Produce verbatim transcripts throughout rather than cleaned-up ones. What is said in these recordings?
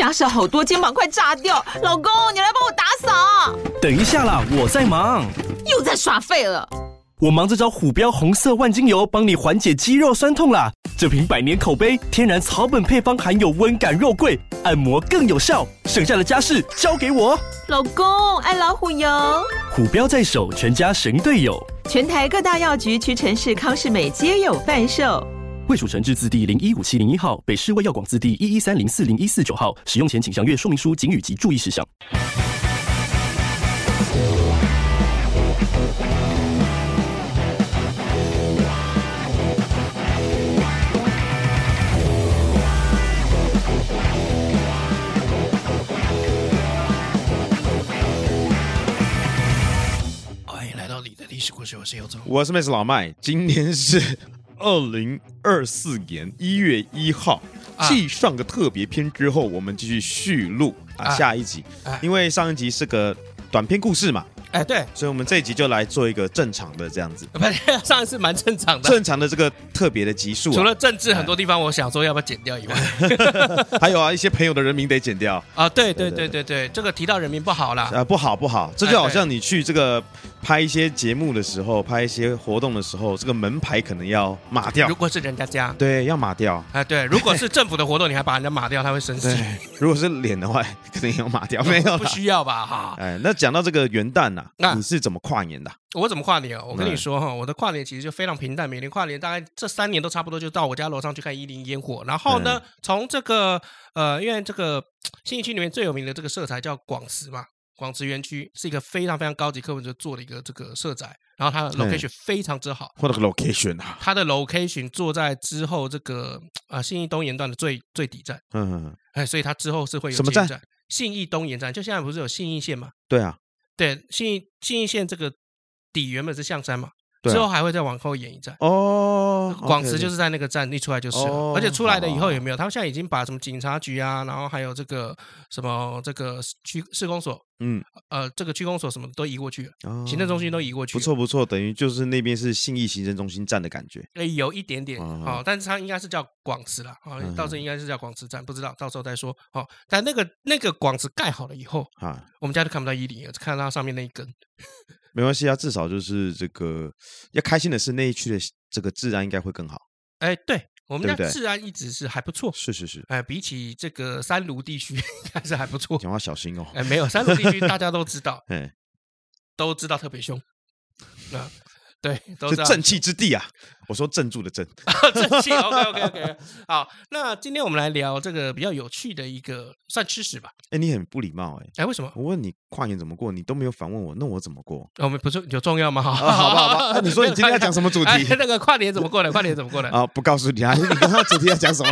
家事好多，肩膀快炸掉。老公，你来帮我打扫。 等一下啦，我在忙。 又在耍废了。 我忙着找虎标红色万金油，帮你缓解肌肉酸痛啦。这瓶百年口碑，天然草本配方，含有温感肉桂，按摩更有效。剩下的家事交给我。 老公，爱老虎油。 虎标在手，全家神队友。 全台各大药局、屈臣氏、康是美皆有贩售。 卫署成字字第零一五七零一号，北市卫药广字第一一三零四零一四九号。使用前请详阅说明书、警语及注意事项。 欢迎来到你的历史故事，我是尤忠， 我是妹子老麦。今天是二零二四年一月一号，继上个特别篇之后，我们继续续录啊下一集，啊、因为上一集是个短篇故事嘛， 哎对， 所以我们这一集就来做一个正常的这样子。 不是，上一次蛮正常的， 正常的这个特别的集数、啊， 除了政治很多地方我想说要不要剪掉以外， 还有啊一些朋友的人名得剪掉啊。对对对对对，这个提到人名不好啦， 啊不好不好，这就好像你去这个拍一些节目的时候，拍一些活动的时候，这个门牌可能要码掉。 如果是人家家， 对，要码掉。 啊对，如果是政府的活动，你还把人家码掉，他会生气。 如果是脸的话，可能也要码掉，没有， 不需要吧？哈。 哎，那讲到这个元旦呐、啊， 啊、 你是怎么跨年的、啊？ 我怎么跨年啊？我跟你说哈，我的跨年其实就非常平淡，每年跨年大概这三年都差不多，就到我家楼上去看一零烟火。然后呢，从这个呃，因为这个信义区里面最有名的这个社宅叫广慈嘛。广慈园区是一个非常非常高级柯文哲做的一个这个社宅，然后它的 location 非常之好。 或者 location 啊， 它的 location 坐在之后这个啊、呃、信义东延段的最最底站，嗯，哎，所以它之后是会有什么站？ 信义东延站，就现在不是有信义线嘛？ 对啊， 对，信义信义线这个底原本是象山嘛。 啊、 之后还会再往后延一站哦， 广慈就是在那个站一出来就是了、哦，而且出来的以后有没有？他们现在已经把什么警察局啊，然后还有这个什么这个区市公所，嗯，呃，这个区公所什么都移过去了，哦、行政中心都移过去了， 不错不错，等于就是那边是信义行政中心站的感觉， 哎，有一点点，哦，哦但是它应该是叫广慈啦，哦，嗯、到时候应该是叫广慈站，不知道到时候再说，哦，但那个那个广慈盖好了以后，啊，我们家就看不到一零，只看到上面那一根。 没关系啊，至少就是这个要开心的是那一区的这个治安应该会更好。 哎，对我们家治安一直是还不错， 是是是， 哎，比起这个三芦地区还是还不错。 讲话小心哦。 哎，没有三芦地区大家都知道，哎，都知道特别凶。啊，对，都是正气之地啊！我说镇住的镇， 正气。OK OK OK， 好，那今天我们来聊这个比较有趣的一个算吃史吧。 哎，你很不礼貌哎！ 哎，为什么？ 我问你跨年怎么过，你都没有反问我，那我怎么过？ 我们不是有重要吗？好， 好吧，好吧。那你说你今天要讲什么主题？ 哎、那个跨年怎么过的？跨年怎么过的？ 啊，不告诉你啊！你刚刚主题要讲什么？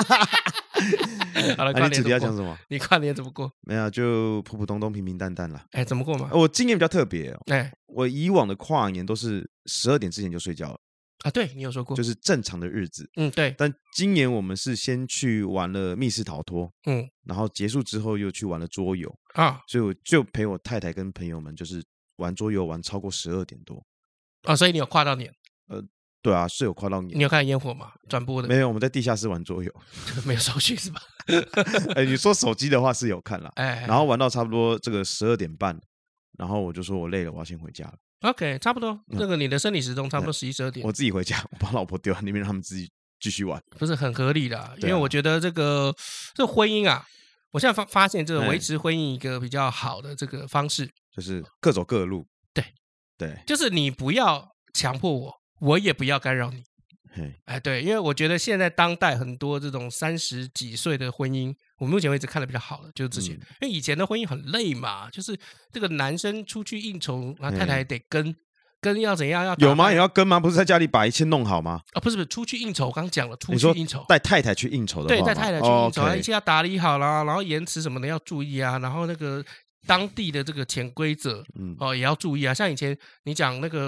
好了， 啊、你主题要讲什么？ 你跨年怎么过？ 没有，就普普通通、平平淡淡啦。 哎，怎么过嘛？ 我今年比较特别哦。 哎， 我以往的跨年都是十二点之前就睡觉了。 啊，对你有说过， 就是正常的日子。 嗯，对。 但今年我们是先去玩了密室逃脱， 嗯， 然后结束之后又去玩了桌游啊， 所以我就陪我太太跟朋友们就是玩桌游玩超过十二点多。 啊，所以你有跨到年？ 呃。对啊，是有跨到年。 你有看烟火吗？转播的没有，我们在地下室玩桌游， 没有手续是吧？ 哎，你说手机的话是有看啦， 哎， 然后玩到差不多这个十二点半，然后我就说我累了，我要先回家了。 OK， 差不多，这个你的生理时钟差不多十一十二点， 我自己回家，我把老婆丢在那边，让他们自己继续玩， 不是很合理的、啊，因为我觉得这个这个婚姻啊，我现在发发现这个维持婚姻一个比较好的这个方式， 就是各走各的路。 对对， 就是你不要强迫我。我也不要干扰你，哎，对，因为我觉得现在当代很多这种三十几岁的婚姻，我目前为止看的比较好的就是之前，嗯、因为以前的婚姻很累嘛，就是这个男生出去应酬，然后太太得跟，跟要怎样要有吗？也要跟吗？不是在家里把一切弄好吗？ 啊，不是不是，出去应酬，我刚讲了，出去应酬， 带太太去应酬的话， 对，带太太去应酬， 哦 okay、 一切要打理好啦，然后言辞什么的要注意啊，然后那个。当地的这个潜规则，嗯，哦，也要注意啊。像以前你讲那个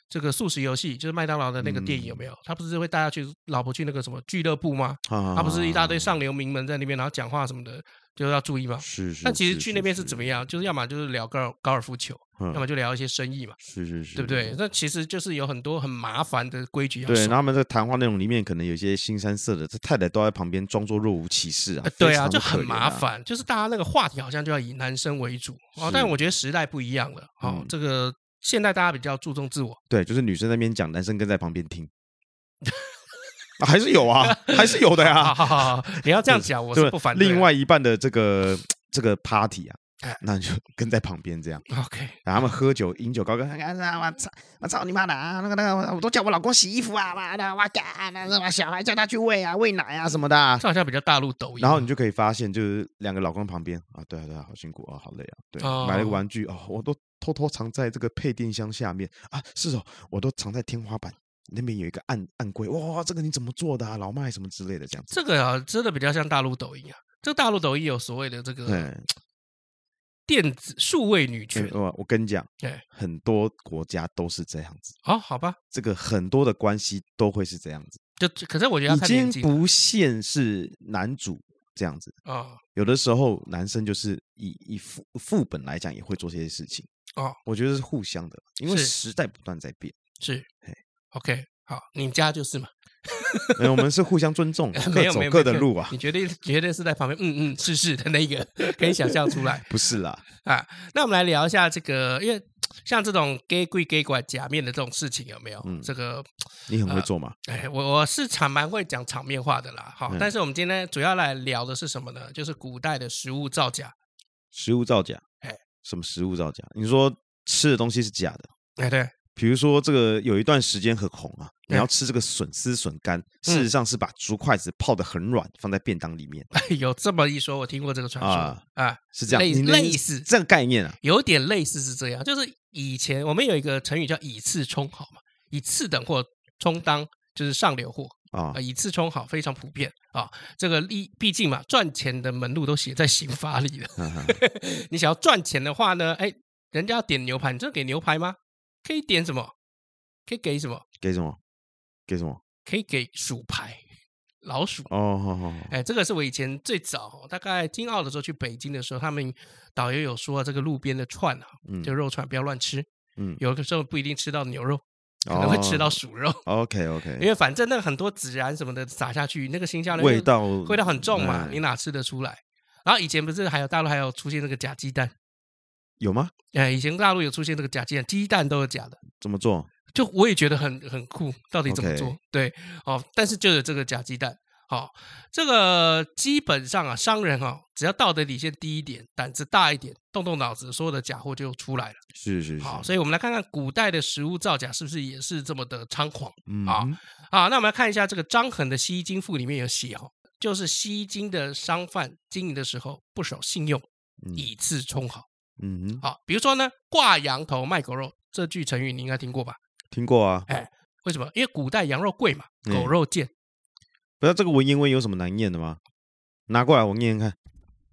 这个素食游戏，就是麦当劳的那个电影有没有？嗯、他不是会带他去老婆去那个什么俱乐部吗？啊、他不是一大堆上流名门在那边，然后讲话什么的，就要注意吗？ 是是。 但其实去那边是怎么样？就是要么就是聊高尔高尔夫球，嗯、要么就聊一些生意嘛。 是是是， 对不对？那其实就是有很多很麻烦的规矩要守。 对，他们这谈话内容里面可能有些腥膻色的，这太太都在旁边装作若无其事啊。 呃、对啊，就很麻烦，就是大家那个话题好像就要以男生为主哦。但我觉得时代不一样了，哦，嗯、这个。现在大家比较注重自我， 对，就是女生在那边讲，男生跟在旁边听，啊、还是有啊，还是有的呀、 啊。好好好，你要这样讲，我是不反对。 另外一半的这个这个 party 啊，那你就跟在旁边这样。 OK， 然后他们喝酒饮酒高歌，我操我操你妈的啊！那个那个，我都叫我老公洗衣服啊，妈的，我干，那小孩叫他去喂啊，喂奶啊什么的、啊。 这好像比较大陆抖音。 然后你就可以发现，就是两个老公旁边啊，对啊对啊，好辛苦啊，好累啊，对，哦、买了个玩具哦，我都。偷偷藏在这个配电箱下面啊！是哦，我都藏在天花板那边有一个暗暗柜。哇，这个你怎么做的啊？老麦什么之类的这样子。 这个啊，真的比较像大陆抖音啊。这个大陆抖音有所谓的这个电子数位女权。 我我跟你讲，很多国家都是这样子。 哦，好吧， 这个很多的关系都会是这样子。 就可是我觉得已经不限是男主。这样子啊，哦、有的时候男生就是以以副副本来讲也会做这些事情哦，我觉得是互相的，因为时代不断在变。 是 ，OK， 好，你家就是嘛， 没有，我们是互相尊重，各走各的路啊。 你绝对绝对是在旁边，嗯嗯，是是的那个，可以想象出来。 不是啦， 啊，那我们来聊一下这个，因为像这种 gay 贵 gay 拐假面的这种事情有没有？嗯、这个你很会做吗？ 呃、哎，我我是常蛮会讲场面话的啦。好，嗯、但是我们今天主要来聊的是什么呢？就是古代的食物造假。 食物造假？哎，什么食物造假？你说吃的东西是假的？ 哎，对。 比如说这个有一段时间很红啊，你要吃这个笋丝笋干，事实上是把竹筷子泡得很软，放在便当里面。 有这么一说，我听过这个传说 啊, 啊， 是这样， 类, 类似这个概念啊， 有点类似是这样。就是以前我们有一个成语叫以次充好嘛，以次等货充当就是上流货啊、呃，以次充好非常普遍啊。这个毕竟嘛，赚钱的门路都写在刑法里了。你想要赚钱的话呢，哎，人家要点牛排，你真的给牛排吗？可以点什么？可以给什么？ 给什么？给什么？ 可以给鼠排，老鼠。 哦，好好。 哎，这个是我以前最早大概京澳的时候去北京的时候，他们导游有说，这个路边的串啊，嗯、就肉串不要乱吃。嗯，有的时候不一定吃到牛肉，可能会吃到鼠肉。 哦、OK OK， 因为反正那个很多孜然什么的撒下去，那个新香料味道味道很重嘛，嗯、你哪吃得出来？然后以前不是还有大陆还有出现那个假鸡蛋。 有吗？ 哎，以前大陆有出现这个假鸡蛋，鸡蛋都是假的。 怎么做？ 就我也觉得很很酷，到底怎么做？ Okay. 对，哦，但是就有这个假鸡蛋，好、哦，这个基本上啊，商人啊、哦，只要道德底线低一点，胆子大一点，动动脑子，所有的假货就出来了。 是是是。 好，所以我们来看看古代的食物造假是不是也是这么的猖狂？嗯，好，好，那我们来看一下这个张衡的《西京赋》里面有写哦，就是西京的商贩经营的时候不守信用，嗯、以次充好。嗯哼，好，比如说呢，挂羊头卖狗肉这句成语你应该听过吧？ 听过啊。 哎，为什么？因为古代羊肉贵嘛，狗肉贱。嗯、 不知道这个文言文有什么难念的吗？拿过来我念念看。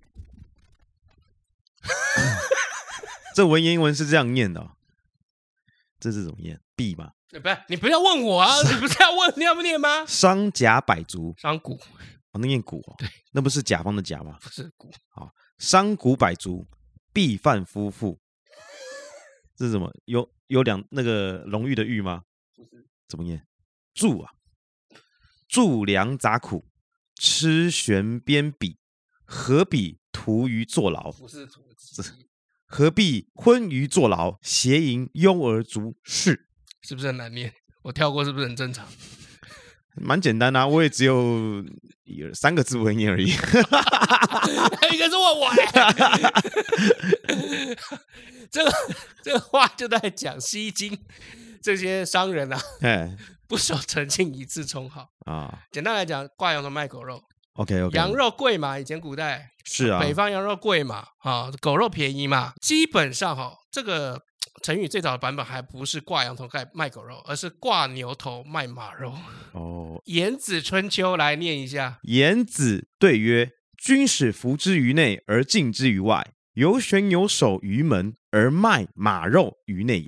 这文言文是这样念的、哦，这是怎么念？必吗？ 不是，你不要问我啊！你不是要问你要不念吗？ 商贾百足， 商贾， 哦，那念贾哦。对，那不是甲方的甲吗？ 不是贾。 好，商贾百足。毕范夫妇，这是什么？有有两那个荣誉的誉吗？怎么念？助啊，助粮杂苦，吃悬边鄙，何必徒于坐牢？ 不是徒， 何必昏于坐牢？邪淫庸而足是， 是不是很难念？我跳过是不是很正常？ 蛮简单啊，我也只有三个字不会念而已。 还有一个是问我、欸，这个这个话就在讲西京这些商人啊，不守诚信，以次充好啊。简单来讲，挂羊头卖狗肉。 OK OK， 羊肉贵嘛，以前古代是啊， 北方羊肉贵嘛，啊，狗肉便宜嘛。基本上哈、哦，这个成语最早的版本还不是挂羊头卖狗肉，而是挂牛头卖马肉。哦，颜子春秋来念一下。 颜子对曰：“君使服之于内而禁之于外，犹悬牛首于门而卖马肉于内也。”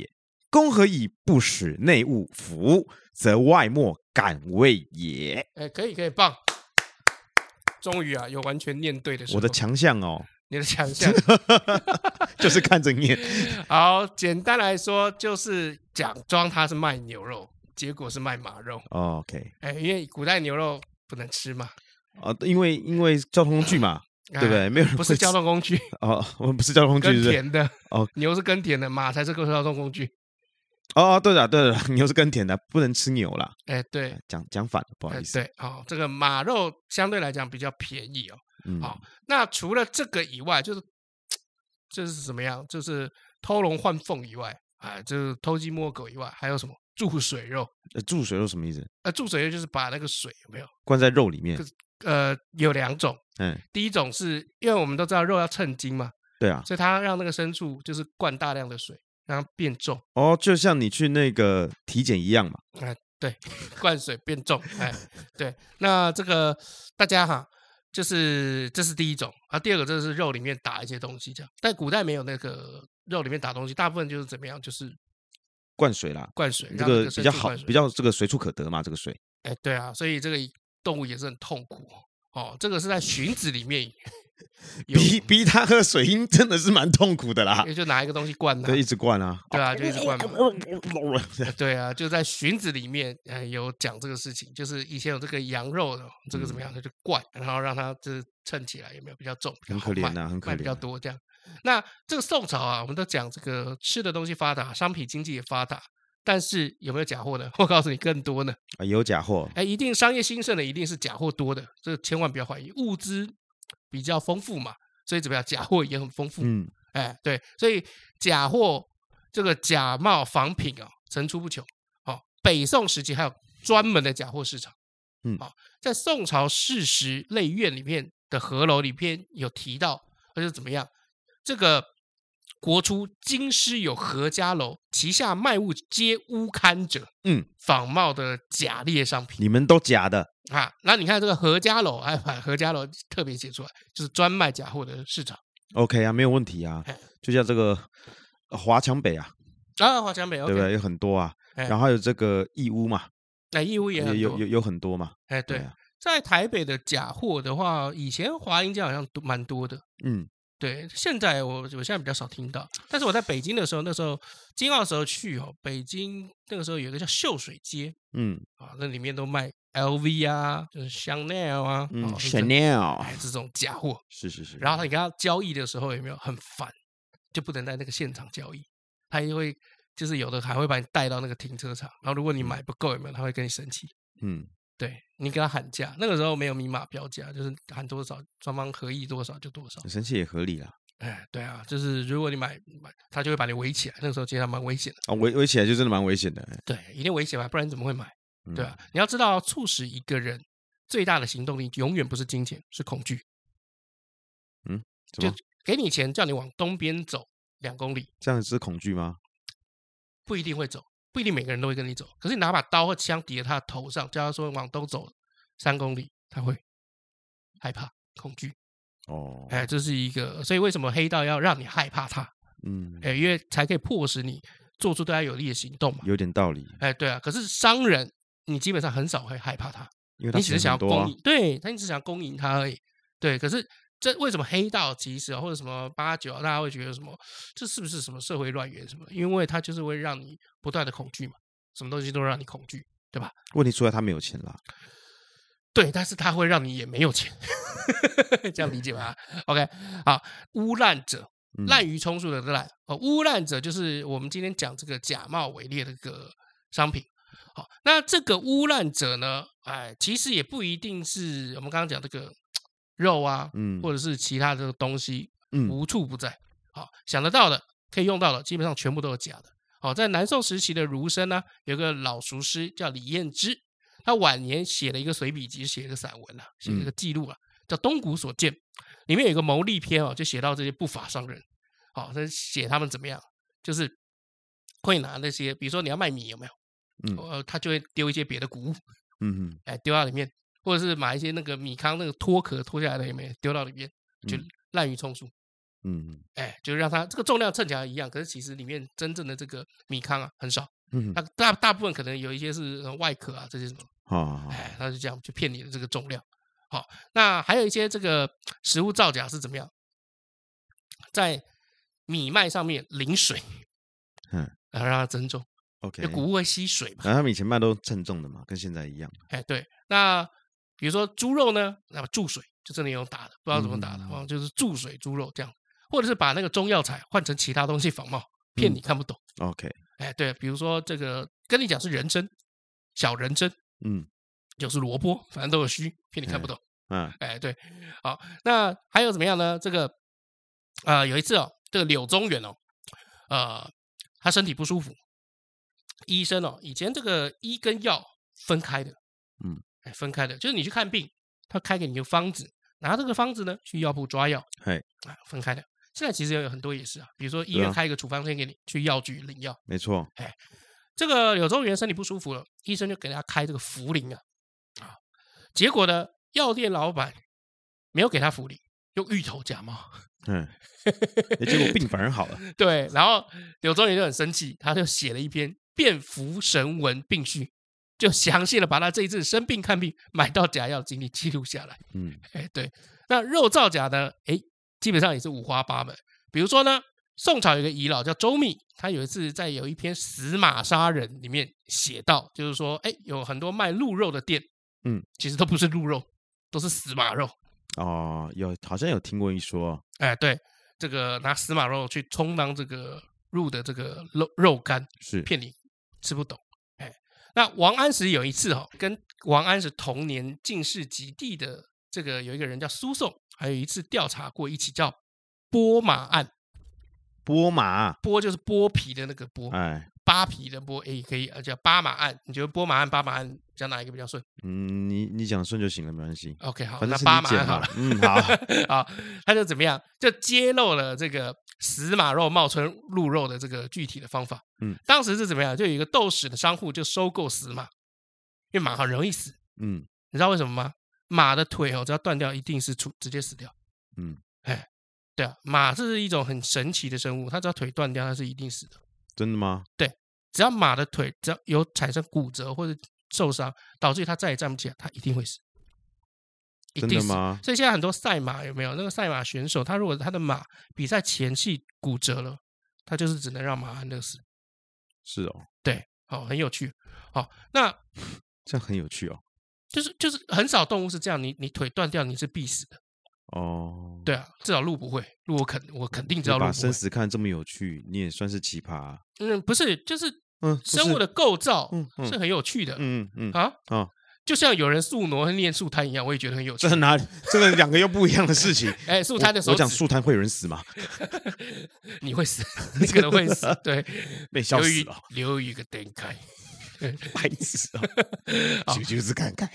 公何以不使内务腐，则外莫敢为也。 哎，可以可以，棒！终于啊，有完全念对的时候。 我的强项哦， 你的强项就是看着念。 好，简单来说就是假装他是卖牛肉，结果是卖马肉。 哦、OK， 哎，因为古代牛肉不能吃嘛。 啊、呃，因为因为交通工具嘛。对不对？没有人不是交通工具哦，我们不是交通工具， 耕田的哦， 牛是耕田的，马才是个交通工具。 哦，对了对了，牛是耕田的，不能吃牛啦。 哎，对， 讲讲反了，不好意思。 对，好、哦，这个马肉相对来讲比较便宜哦。 嗯， 好、哦，那除了这个以外，就是这是怎么样？就是偷龙换凤以外，啊，就是偷鸡摸狗以外，还有什么注水肉？ 呃，注水肉什么意思？ 呃，注水肉就是把那个水有没有灌在肉里面？ 呃，有两种。 嗯， 第一种是因为我们都知道肉要称斤嘛， 对啊， 所以它让那个牲畜就是灌大量的水，让它变重。 哦，就像你去那个体检一样嘛。 哎、呃，对，灌水变重。哎，对，那这个大家哈，就是这是第一种啊。第二个这是肉里面打一些东西这样，但古代没有那个肉里面打东西，大部分就是怎么样，就是灌水啦， 灌水， 这个比较好，比较这个随处可得嘛，这个水。 哎，对啊，所以这个动物也是很痛苦哦。这个是在荀子里面逼逼他喝水因真的是蛮痛苦的啦， 就拿一个东西灌他， 对，一直灌啊， 对啊，就一直灌嘛。对啊，就在荀子里面，呃，有讲这个事情，就是以前有这个羊肉的，这个怎么样，他就灌，然后让它就是称起来有没有比较重，比较好卖， 很可怜啊，很可怜， 卖比较多这样。那这个宋朝啊，我们都讲这个吃的东西发达，商品经济也发达。但是有没有假货呢？我告诉你，更多呢。 啊，有假货。 哎，一定商业兴盛的，一定是假货多的，这千万不要怀疑。物资比较丰富嘛，所以怎么样，假货也很丰富。嗯，哎，对，所以假货这个假冒仿品啊，层出不穷。哦，北宋时期还有专门的假货市场。嗯，好、哦，在宋朝世实类院里面的合楼里边有提到，而且怎么样，这个。国初京师有何家楼，旗下卖物皆乌刊者，嗯，仿冒的假劣商品， 你们都假的啊。那你看这个何家楼，哎，把何家楼特别写出来，就是专卖假货的市场。 OK 啊，没有问题啊，就像这个华强北啊， 啊，华强北， okay， 对不对？有很多啊，然后还有这个义乌嘛， 哎，义乌也很多有有有很多嘛， 哎，对，对啊，在台北的假货的话，以前华阴街好像都蛮多的，嗯。对，现在我我现在比较少听到，但是我在北京的时候，那时候京澳的时候去哦，北京那个时候有一个叫秀水街，嗯，啊，那里面都卖 L V 啊，就是香奈儿啊， 嗯 ，Chanel， 哎，这种假货， 是是是。 然后你跟他交易的时候有没有很烦，就不能在那个现场交易，他也会就是有的还会把你带到那个停车场，然后如果你买不够有没有，他会跟你生气，嗯。对，你跟他喊价，那个时候没有明码标价，就是喊多少，双方合意多少就多少。 生气也合理啦。 哎，对啊，就是如果你买买，他就会把你围起来。那个时候其实还蛮危险的。 哦，围围起来就真的蛮危险的。 对，一定围起来，不然你怎么会买？嗯、对啊，你要知道，促使一个人最大的行动力永远不是金钱，是恐惧。嗯，就给你钱，叫你往东边走两公里， 这样是恐惧吗？ 不一定会走。不一定每个人都会跟你走，可是你拿把刀或枪抵在他的头上，叫他说往东走三公里，他会害怕、恐惧。哦，哎，这是一个，所以为什么黑道要让你害怕他？嗯，哎，因为才可以迫使你做出对他有利的行动嘛。 有点道理。 哎，对啊，可是商人，你基本上很少会害怕他， 因为他你只是想要攻赢，对他，你只想要攻赢他而已。对，可是。这为什么黑道其实或者什么八九，大家会觉得什么？这是不是什么社会乱源什么？因为它就是会让你不断的恐惧嘛，什么东西都让你恐惧，对吧？ 问题出在他没有钱啦。 对，但是他会让你也没有钱，这样理解吧 ？OK， 好，污滥者，滥竽充数的滥哦，污滥者就是我们今天讲这个假冒伪劣的一个商品。好，那这个污滥者呢，哎，其实也不一定是我们刚刚讲这个。肉啊，嗯，或者是其他的东西，嗯，无处不在。好，想得到的，可以用到的，基本上全部都是假的。好，在南宋时期的儒生呢，有个老熟师叫李彦之，他晚年写了一个随笔集，写了一个散文啊，写了一个记录啊，叫《东谷所见》，里面有一个谋利篇哦，就写到这些不法商人，好，他写他们怎么样，就是会拿那些，比如说你要卖米有没有？嗯，呃，他就会丢一些别的谷物，嗯嗯，哎，丢到里面。或者是买一些那个米糠那个脱壳脱下来的有没有丢到里面，就滥竽充数， 嗯，哎，就让它这个重量称起来一样，可是其实里面真正的这个米糠啊很少，嗯，它大大部分可能有一些是外壳啊这些什么，哦，哎，它就这样去骗你的这个重量。好，那还有一些这个食物造假是怎么样？在米麦上面淋水，嗯，然后让它增重。 OK， 就谷物会吸水嘛。 然后他们以前卖都称重的嘛，跟现在一样。 哎，对。那比如说猪肉呢，那么注水就真的用打的，不知道怎么打的，嗯、就是注水猪肉这样，或者是把那个中药材换成其他东西仿冒，骗你看不懂。 嗯、OK， 哎，对，比如说这个跟你讲是人参，小人参，嗯。就是萝卜，反正都有虚，骗你看不懂。嗯，哎，对，好，那还有怎么样呢？这个，呃，有一次哦，这个柳宗元哦，呃，他身体不舒服，医生哦，以前这个医跟药分开的，嗯，哎，分开的，就是你去看病，他开给你一个方子，拿这个方子呢去药铺抓药，哎，啊，分开的。现在其实有很多也是啊，比如说医院开一个处方签给你，去药局领药， 没错， 哎，这个柳宗元身体不舒服了，医生就给他开这个茯苓啊。啊，结果呢，药店老板没有给他茯苓，用芋头假冒， 嗯，结果病反而好了。 对，然后柳宗元就很生气，他就写了一篇《变符神文病序》，就详细的把他这一次生病看病买到假药经历记录下来。嗯，哎，对，那肉造假呢，哎，基本上也是五花八门。比如说呢，宋朝有个遗老叫周密，他有一次在有一篇《死马杀人》里面写到，就是说，哎，有很多卖鹿肉的店。嗯，其实都不是鹿肉，都是死马肉。 哦，有好像有听过一说。 哎，对，这个拿死马肉去充当这个鹿的这个肉肉干， 是骗你吃不懂。哎，那王安石有一次哈、哦，跟王安石同年进士及第的这个有一个人叫苏颂，还有一次调查过一起叫剥马案。 剥马， 剥就是剥皮的那个剥，哎，扒皮的剥，也可以叫扒马案。你觉得剥马案、扒马案讲哪一个比较顺？ 嗯，你你讲顺就行了，没关系。 OK， 好，那扒马案好了。 嗯，好， 好，他就怎么样？就揭露了这个死马肉冒充鹿肉的这个具体的方法。嗯，当时是怎么样？就有一个斗屎的商户就收购死马，因为马很容易死。嗯，你知道为什么吗？马的腿哦，只要断掉，一定是处直接死掉。嗯，哎。对啊，马是一种很神奇的生物，它只要腿断掉，它是一定死的。 真的吗？ 对，只要马的腿只要有产生骨折或者受伤，导致它再也站不起来，它一定会死。 真的吗？ 所以现在很多赛马有没有那个赛马选手，他如果他的马比赛前期骨折了，他就是只能让马安乐死。 是哦， 对，哦，很有趣。好、哦，那这样很有趣哦。 就是就是很少动物是这样，你你腿断掉你是必死的。哦，对啊，至少鹿不会，鹿我肯我肯定知道鹿不会。 把生死看这么有趣，你也算是奇葩、啊。 嗯，不是，就是嗯，生物的构造是很有趣的。嗯嗯啊啊，就像有人素挪和念树摊一样，我也觉得很有趣。 这哪里？这个两个又不一样的事情。 哎，树摊的手指， 我讲树摊会有人死吗？ 你会死，你可能会死。对， 被笑死了。 留一个灯开， 白痴啊！就就是看看。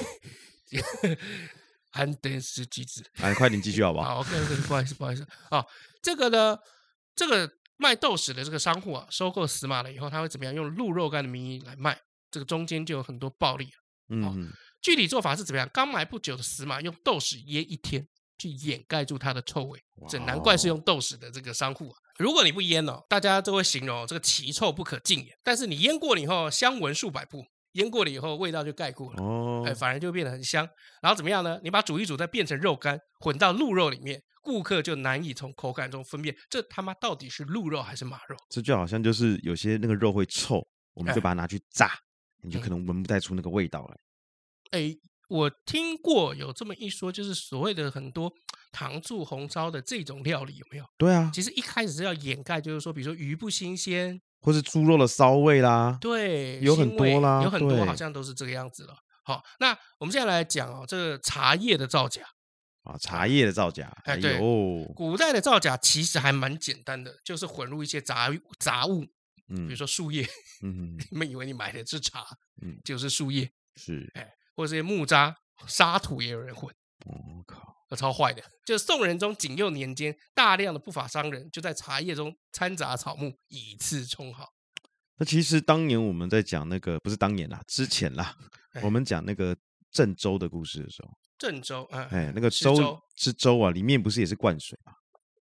安德斯机制， 哎，快点继续好不好？ 好 ，OK， 不好意思，不好意思。哦，这个呢，这个卖豆豉的这个商户啊，收购死马了以后，他会怎么样？用鹿肉干的名义来卖，这个中间就有很多暴利。嗯、哦，具体做法是怎么样？刚买不久的死马用豆豉腌一天，去掩盖住它的臭味。这难怪是用豆豉的这个商户啊。如果你不腌哦，大家都会形容、哦、这个奇臭不可近眼。但是你腌过了以后，香闻数百步。腌过了以后，味道就盖过了，哦，哎，反而就变得很香。然后怎么样呢？你把煮一煮，再变成肉干，混到鹿肉里面，顾客就难以从口感中分辨，这他妈到底是鹿肉还是马肉？ 这就好像就是有些那个肉会臭，我们就把它拿去炸，哎、你就可能闻不太出那个味道来。 哎，我听过有这么一说，就是所谓的很多糖醋红烧的这种料理有没有？ 对啊， 其实一开始是要掩盖，就是说，比如说鱼不新鲜。 或是猪肉的骚味啦， 对， 有很多啦， 有很多好像都是这个样子了。好，那我们现在来讲哦，这个茶叶的造假啊，茶叶的造假， 哎，对，古代的造假其实还蛮简单的，就是混入一些杂杂物，嗯，比如说树叶，嗯，你们以为你买的是茶，嗯，就是树叶， 是， 哎，或者这些木渣、沙土也有人混。我、哦、靠！超坏的，就是宋仁宗景佑年间，大量的不法商人就在茶叶中掺杂草木，以次充好。 那其实当年我们在讲那个，不是当年啦，之前啦，哎、我们讲那个郑州的故事的时候， 郑州，哎， 哎那个粥吃粥啊，里面不是也是灌水嘛？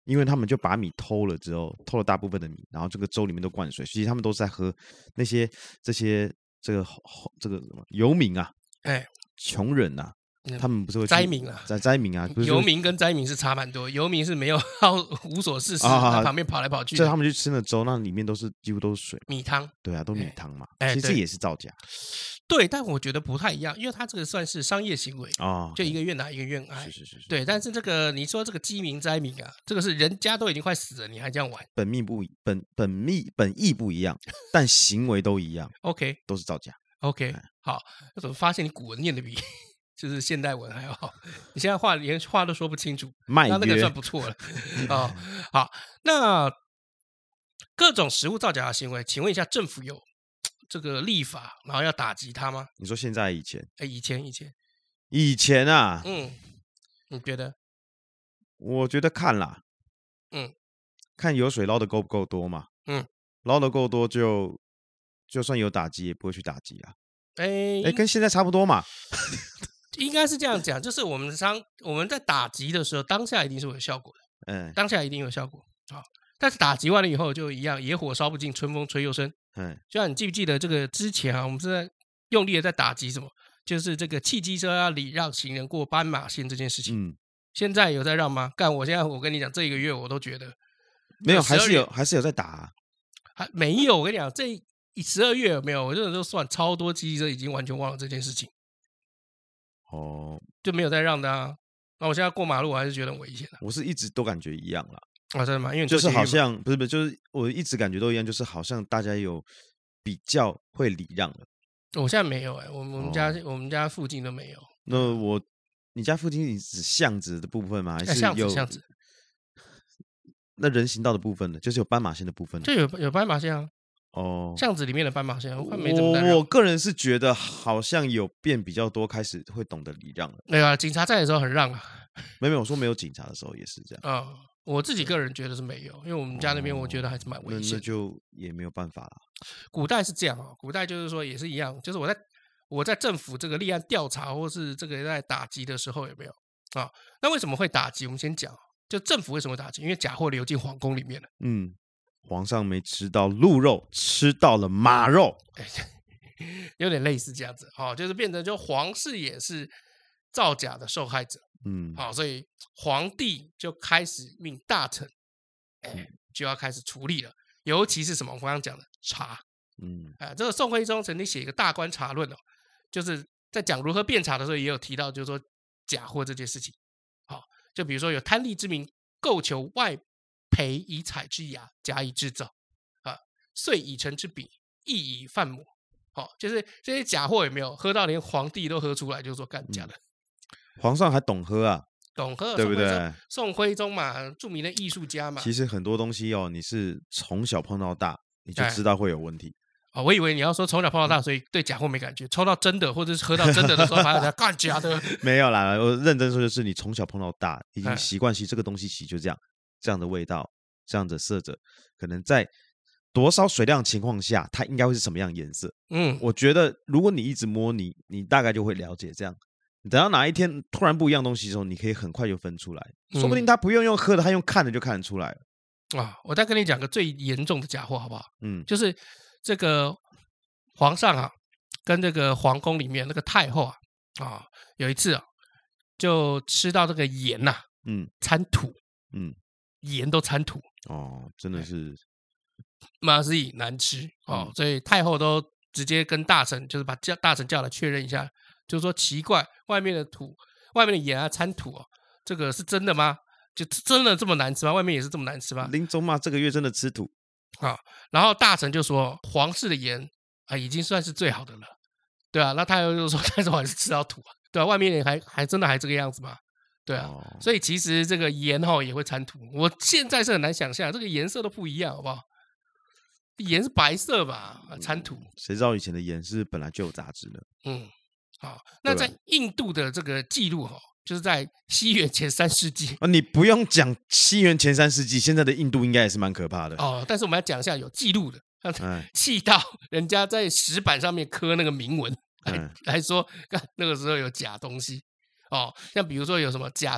因为他们就把米偷了之后，偷了大部分的米，然后这个粥里面都灌水，其实他们都是在喝那些这些这个这个什么游民啊， 哎， 穷人啊。他们不是会灾民啊， 灾灾民啊， 游民跟灾民是差蛮多。游民是没有无所事事，啊、在旁边跑来跑去。 就他们去吃那粥，那里面都是几乎都是水， 米汤。 对啊，都米汤嘛。 哎、 其实这也是造假。 对，但我觉得不太一样，因为他这个算是商业行为啊，哦、就一个愿打一个愿挨。 是是是是。 对，但是这个你说这个饥民灾民啊，这个是人家都已经快死了，你还这样玩？ 本命不本本命本意不一样，但行为都一样。 OK， 都是造假。 OK， 好，我怎么发现你古文念的比？就是现代文还要好，你现在话连话都说不清楚，那那个算不错了哦。好，那各种食物造假的行为，请问一下，政府有这个立法，然后要打击它吗？ 你说现在以前？ 哎，以前以前以前啊， 嗯，你觉得？ 我觉得看啦， 嗯， 看油水捞的够不够多嘛， 嗯， 捞的够多就就算有打击也不会去打击啊， 哎哎，跟现在差不多嘛。 应该是这样讲，就是我们当我们在打击的时候，当下一定是有效果的，嗯，当下一定有效果啊。但是打击完了以后就一样，野火烧不尽，春风吹又生。嗯，就像你记不记得这个之前啊，我们是在用力的在打击什么？就是这个汽机车要礼让行人过斑马线这件事情。嗯，现在有在让吗？干，我现在我跟你讲，这一个月我都觉得没有，还是有，还是有在打、啊， 还没有。我跟你讲，这十二月有没有？我这种就算超多汽机车已经完全忘了这件事情。哦，就没有再让的啊。那我现在过马路，我还是觉得很危险的、啊。 我是一直都感觉一样啦。 啊，真的吗？因为就是好像不是不是，就是我一直感觉都一样，就是好像大家有比较会礼让了。 我现在没有哎、欸，我们我们家、哦、我们家附近都没有。 那我你家附近你指巷子的部分吗？还是有巷子？ 那人行道的部分呢？就是有斑马线的部分呢？ 就有有斑马线啊。哦，巷子里面的斑马线，我看没怎么在让。 我个人是觉得好像有变比较多，开始会懂得礼让了。 对啊，警察在的时候很让啊。 没有，我说没有警察的时候也是这样。 啊、嗯，我自己个人觉得是没有，因为我们家那边我觉得还是蛮危险的、 哦那。那就也没有办法了。 古代是这样啊，古代就是说也是一样，就是我在我在政府这个立案调查或是这个在打击的时候有没有啊？那为什么会打击？我们先讲，就政府为什么会打击？因为假货流进皇宫里面了。嗯。 皇上没吃到鹿肉，吃到了马肉， 有点类似这样子，哦，就是变成就皇室也是造假的受害者，嗯，好、哦，所以皇帝就开始命大臣，哎，就要开始处理了，尤其是什么我刚刚讲的茶，嗯，啊，这个宋徽宗曾经写一个《大观茶论》哦，就是在讲如何辩茶的时候，也有提到，就是说假货这件事情，好、哦，就比如说有贪利之名，购求外培以采之牙，加以制造，啊，遂以成之笔，亦以贩抹。好、哦，就是这些假货有没有喝到连皇帝都喝出来，就是说干假的、 嗯。皇上还懂喝啊？ 懂喝， 对不对？ 宋徽宗嘛，著名的艺术家嘛。 其实很多东西哦，你是从小碰到大，你就知道会有问题。 哦，我以为你要说从小碰到大，所以对假货没感觉，抽到真的或者是喝到真的的时候，还要干假的。 没有啦，我认真说，就是你从小碰到大，已经习惯，其实这个东西其实就这样。这样的味道，这样的色泽，可能在多少水量情况下，它应该会是什么样的颜色？嗯，我觉得如果你一直摸你，你大概就会了解这样。等到哪一天突然不一样东西的时候，你可以很快就分出来，嗯、说不定他不用用喝的，他用看的就看得出来了。 啊，我再跟你讲个最严重的假货好不好？嗯，就是这个皇上啊，跟这个皇宫里面那个太后啊，啊，有一次啊，就吃到这个盐呐、啊，嗯，掺土，嗯。盐都掺土哦，真的是妈是以难吃哦、嗯，所以太后都直接跟大臣，就是把叫大臣叫来确认一下，就是说奇怪，外面的土，外面的盐啊掺土哦，这个是真的吗？就真的这么难吃吗？外面也是这么难吃吗？ 林宗嘛，这个月真的吃土啊、哦，然后大臣就说皇室的盐啊已经算是最好的了，对啊，那太后就说，但是我还是吃到土啊，对啊，外面还还真的还这个样子吗？对啊、哦，所以其实这个盐哈也会掺土，我现在是很难想象这个颜色都不一样，好不好？盐是白色吧，掺土， 谁知道以前的盐是本来就有杂质的？ 嗯，好，那在印度的这个记录哈，就是在西元前三世纪啊，你不用讲西元前三世纪，现在的印度应该也是蛮可怕的哦。但是我们要讲一下有记录的，气到人家在石板上面刻那个铭文来、嗯、来说，看那个时候有假东西。哦，像比如说有什么假的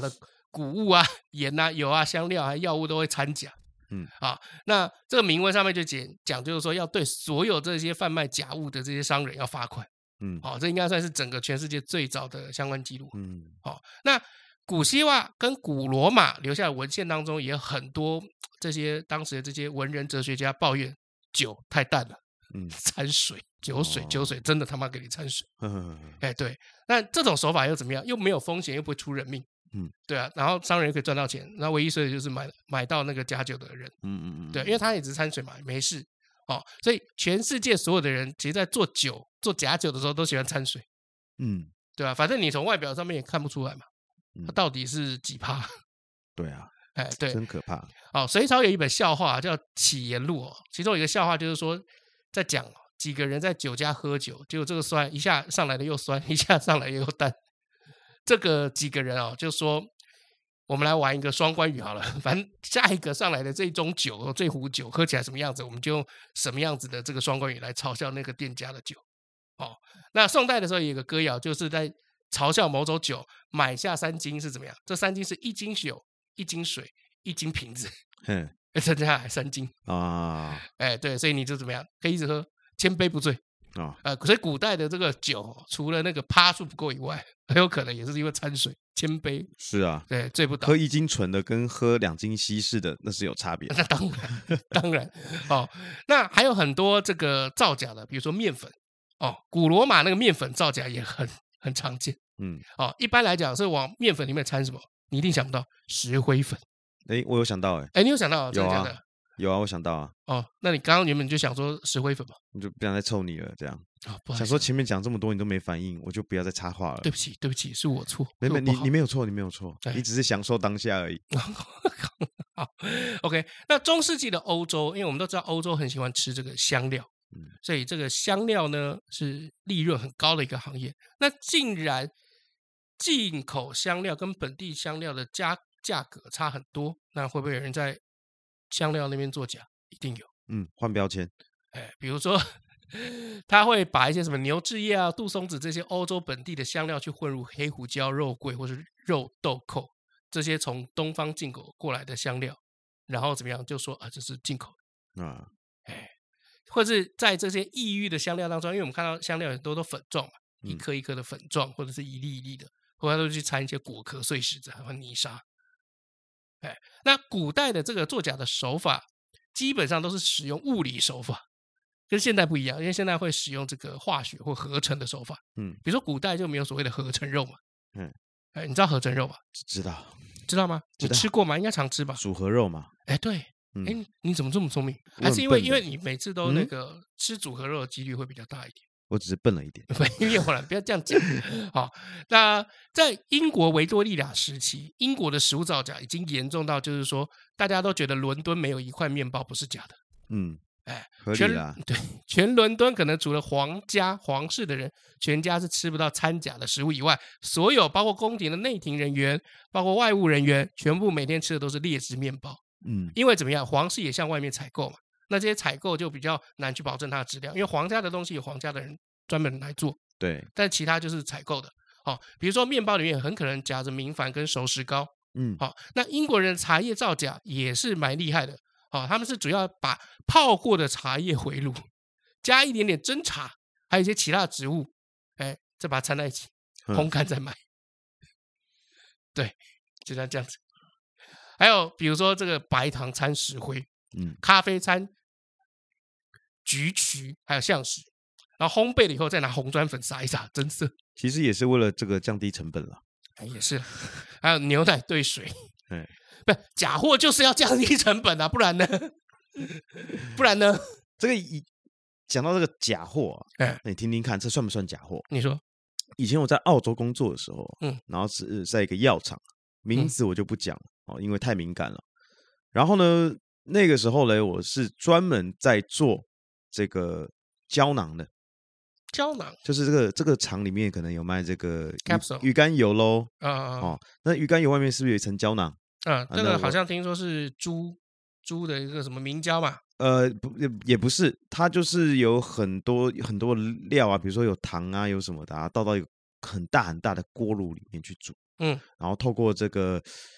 谷物啊、盐啊、油啊、香料还药物都会掺假。 嗯， 啊，那这个明文上面就讲讲，就是说要对所有这些贩卖假物的这些商人要罚款。 嗯， 好、哦，这应该算是整个全世界最早的相关记录。 嗯， 好、哦，那古希腊跟古罗马留下的文献当中，也有很多这些当时的这些文人哲学家抱怨酒太淡了，嗯，掺水，酒水，酒水真的他妈给你掺水。哎，对，那这种手法又怎么样？又没有风险，又不会出人命。嗯，对啊，然后商人又可以赚到钱，那唯一衰的就是买买到那个假酒的人。嗯嗯嗯，对，因为他也只是掺水嘛，没事哦。所以全世界所有的人，其实在做酒、做假酒的时候，都喜欢掺水。嗯，对啊，反正你从外表上面也看不出来嘛，它到底是几趴？ 对啊， 哎，对， 真可怕。 哦，隋朝有一本笑话叫《启言录》哦，其中有一个笑话就是说，在讲几个人在酒家喝酒，结果这个酸一下上来的又酸，一下上来又淡。这个几个人哦，就说我们来玩一个双关语好了，反正下一个上来的这种酒，这壶酒喝起来什么样子，我们就用什么样子的这个双关语来嘲笑那个店家的酒。哦，那宋代的时候有一个歌谣，就是在嘲笑某种酒买下三斤是怎么样？这三斤是一斤酒、一斤水、一斤瓶子，嗯，剩下来三斤啊。哎，对，所以你就怎么样？可以一直喝，千杯不醉。啊、呃，所以古代的这个酒，除了那个趴数不够以外，很有可能也是因为掺水，千杯是啊， 对，醉不倒。 喝一斤纯的跟喝两斤稀释的，那是有差别的。 那当然，当然哦。那还有很多这个造假的，比如说面粉哦，古罗马那个面粉造假也很很常见。嗯，哦，一般来讲是往面粉里面掺什么？你一定想不到石灰粉。 哎，我有想到哎、 欸，哎，你有想到、啊？ 有啊， 真的假的？ 有啊，我想到啊。 哦，那你刚刚原本就想说石灰粉嘛？ 我就不想再凑你了，这样。 哦、不想说前面讲这么多你都没反应，我就不要再插话了。 对不起，对不起，是我错。 没没，你你没有错，你没有错，你只是享受当下而已。 好 ，OK。那中世纪的欧洲，因为我们都知道欧洲很喜欢吃这个香料，嗯、所以这个香料呢是利润很高的一个行业。那竟然进口香料跟本地香料的价价格差很多，那会不会有人在香料那边作假？一定有。 嗯，换标签。 哎，比如说他会把一些什么牛至叶啊、杜松子这些欧洲本地的香料去混入黑胡椒、肉桂或是肉豆蔻这些从东方进口过来的香料，然后怎么样就说啊这是进口啊，哎，或是在这些异域的香料当中，因为我们看到香料很多都粉状嘛，一颗一颗的粉状，或者是一粒一粒的，后来都去掺一些果壳、碎石子和泥沙。哎，那古代的这个作假的手法，基本上都是使用物理手法。跟现代不一样，因为现在会使用这个化学或合成的手法。嗯，比如说古代就没有所谓的合成肉嘛。嗯，哎，你知道合成肉吗？ 知道， 知道吗？你吃过吗？应该常吃吧。 组合肉嘛。 哎，对。嗯、哎，你怎么这么聪明？还是因为因为你每次都那个、嗯、吃组合肉的几率会比较大一点。 我只是笨了一点。 因为后来不要这样讲。好，那在英国维多利亚时期，英国的食物造假已经严重到就是说，大家都觉得伦敦没有一块面包不是假的。嗯。哎， 合理啦。 对，全伦敦可能除了皇家皇室的人，全家是吃不到掺假的食物以外，所有包括宫廷的内廷人员，包括外务人员，全部每天吃的都是劣质面包。嗯，因为怎么样，皇室也向外面采购嘛，那这些采购就比较难去保证它的质量，因为皇家的东西有皇家的人专门来做， 对， 但其他就是采购的。哦，比如说面包里面很可能夹着明矾跟熟石膏。嗯，好、哦，那英国人茶叶造假也是蛮厉害的。哦，他们是主要把泡过的茶叶回炉，加一点点真茶，还有一些其他的植物，哎，再把它掺在一起，烘干再卖。嗯、对，就像这样子。还有比如说这个白糖掺石灰，嗯，咖啡掺橘曲，还有橡石，然后烘焙了以后再拿红砖粉撒一撒，增色。 其实也是为了这个降低成本了。 哎，也是。还有牛奶兑水。哎。不，假货就是要降低成本啊，不然呢？不然呢？ 这个一讲到这个假货、啊，哎，你听听看，这算不算假货？ 你说， 以前我在澳洲工作的时候，嗯，然后是在一个药厂，名字我就不讲哦、嗯，因为太敏感了。然后呢，那个时候呢，我是专门在做这个胶囊的。 胶囊就是这个这个厂里面可能有卖这个鱼, 鱼肝油喽，啊、哦哦，那鱼肝油外面是不是有一层胶囊？ 嗯，这个好像听说是猪猪的一个什么明胶嘛？ 呃，不，也不是，它就是有很多很多料啊，比如说有糖啊，有什么的啊，倒到一个很大很大的锅炉里面去煮，嗯，然后透过这个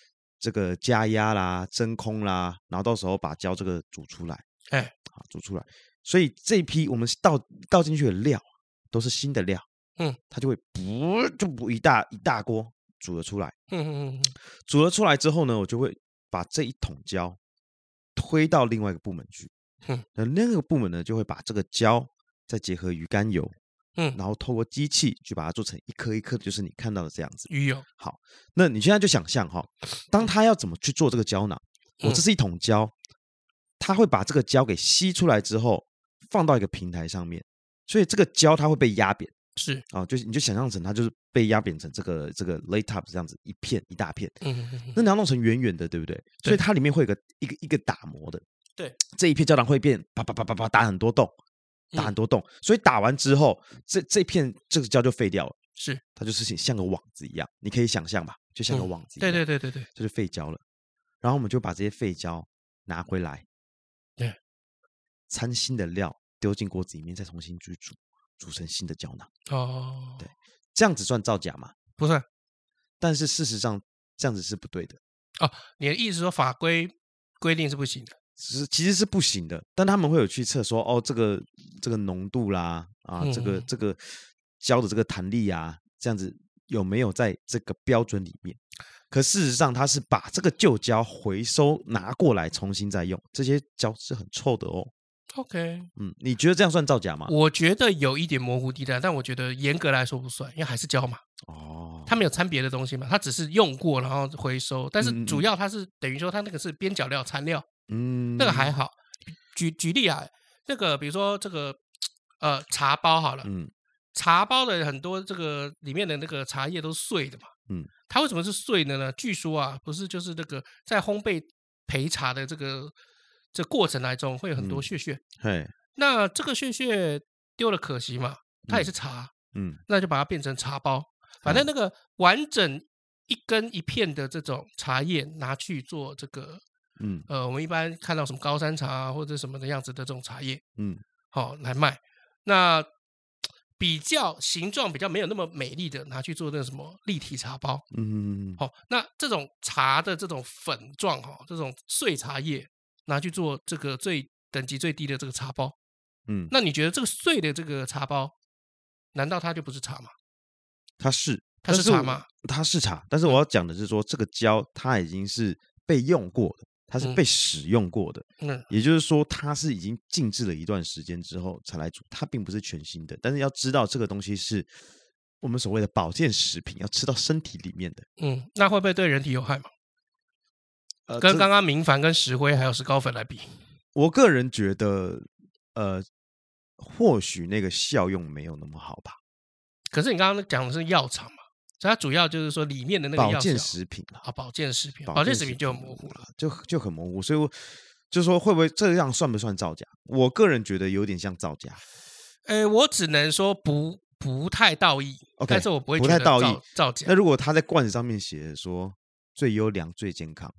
这个加压啦、真空啦，然后到时候把胶这个煮出来， 哎， 好煮出来。所以这一批我们倒倒进去的料都是新的料， 嗯， 它就会不就不一大一大锅煮了出来， 嗯嗯嗯， 煮了出来之后呢，我就会把这一桶胶推到另外一个部门去， 嗯， 那那个部门呢就会把这个胶再结合鱼肝油。嗯，然后透过机器去把它做成一颗一颗的，就是你看到的这样子。 鱼油。 好，那你现在就想象哈，当他要怎么去做这个胶囊？我这是一桶胶，他会把这个胶给吸出来之后，放到一个平台上面，所以这个胶它会被压扁。 是啊、哦，就是你就想象成它就是被压扁成这个这个 lay top 这样子一片一大片。嗯嗯嗯。那你要弄成圆圆的，对不对？对，所以它里面会有个一个一个打磨的。 对， 这一片胶囊会变啪啪啪啪啪打很多洞。打很多洞，所以打完之后，这这片这个胶就废掉了， 是它就是像个网子一样，你可以想象吧，就像个网子一样， 嗯、对对对对对， 就是废胶了。然后我们就把这些废胶拿回来， 对， 掺新的料丢进锅子里面，再重新去煮，煮成新的胶囊。 哦， 对，这样子算造假吗？ 不算， 但是事实上这样子是不对的。 哦，你的意思说法规规定是不行的？ 是其实是不行的，但他们会有去测说，哦，这个这个浓度啦，啊，嗯、这个这个胶的这个弹力啊，这样子有没有在这个标准里面？可事实上，它是把这个旧胶回收拿过来重新再用，这些胶是很臭的哦。 OK， 嗯，你觉得这样算造假吗？ 我觉得有一点模糊地带，但我觉得严格来说不算，因为还是胶嘛。哦，它没有掺别的东西嘛，它只是用过然后回收，但是主要它是、嗯、等于说它那个是边角料残料。嗯，那个还好。举举例啊，那个比如说这个呃茶包好了，嗯，茶包的很多这个里面的那个茶叶都是碎的嘛，嗯，它为什么是碎的呢？据说啊，不是就是那个在烘焙焙茶的这个这过程来中会有很多屑屑，嗯，那这个屑屑丢了可惜嘛，它也是茶，嗯，那就把它变成茶包，反正那个完整一根一片的这种茶叶拿去做这个。嗯，呃，我们一般看到什么高山茶、啊、或者什么的样子的这种茶叶，嗯，好、哦、来卖。那比较形状比较没有那么美丽的，拿去做那个什么立体茶包，嗯，好、哦，那这种茶的这种粉状哈、哦，这种碎茶叶拿去做这个最等级最低的这个茶包，嗯，那你觉得这个碎的这个茶包，难道它就不是茶吗？ 它是， 它是茶吗？ 它是茶，但是我要讲的是说，这个胶它已经是被用过的。它是被使用过的，嗯，也就是说，它是已经静置了一段时间之后才来煮，它并不是全新的。但是要知道，这个东西是我们所谓的保健食品，要吃到身体里面的。 嗯，那会不会对人体有害嘛？呃，跟刚刚明矾、跟石灰还有石膏粉来比， 我个人觉得，呃，或许那个效用没有那么好吧。 可是你刚刚讲的是药厂嘛？所以它主要就是说里面的那个保健食品啊，保健食品，保健食品就很模糊了， 就就很模糊。所以我就说会不会这样算不算造假？我个人觉得有点像造假。 呃，我只能说不不太道义， okay, 但是我不会觉得不太道义造假。 那如果他在罐子上面写说最优良、最健康，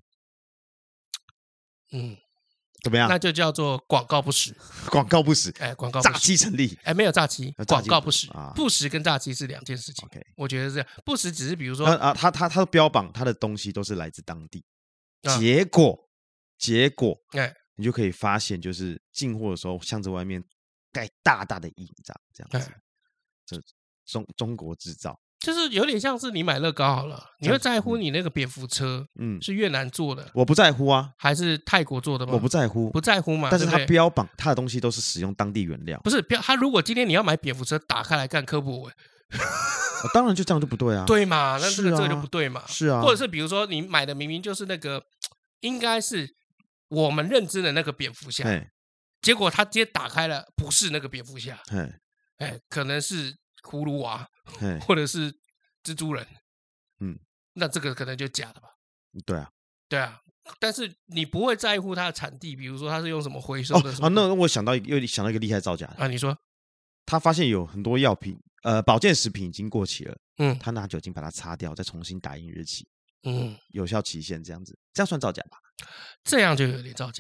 嗯。怎么样？ 那就叫做广告不实。 广告不实， 哎，广告诈欺成立。 哎，没有诈欺，广告不实。 啊、 不实跟诈欺是两件事情。 OK， 我觉得是这样。不实只是比如说啊，他他他标榜他的东西都是来自当地，啊、结果结果，哎，你就可以发现，就是进货的时候箱子外面盖大大的印章，这样子，哎、这中中国制造。 就是有点像是你买乐高好了，你会在乎你那个蝙蝠车，嗯，是越南做的？ 我不在乎啊， 还是泰国做的吗？ 我不在乎， 不在乎嘛。 但是他标榜他的东西都是使用当地原料， 不是标他如果今天你要买蝙蝠车，打开来干科普文， 哦，当然就这样就不对啊， 对嘛？那这个、啊、这个就不对嘛， 是啊， 或者是比如说你买的明明就是那个，应该是我们认知的那个蝙蝠侠，结果他直接打开了，不是那个蝙蝠侠，哎，可能是葫芦娃，或者是蜘蛛人，嗯，那这个可能就假的吧？ 对啊， 对啊，但是你不会在乎它的产地，比如说它是用什么回收的什么。 哦，那我想到又想到一个厉害造假的啊，你说， 他发现有很多药品，呃，保健食品已经过期了，嗯，他拿酒精把它擦掉，再重新打印日期，嗯，有效期限这样子，这样算造假吧？ 这样就有点造假，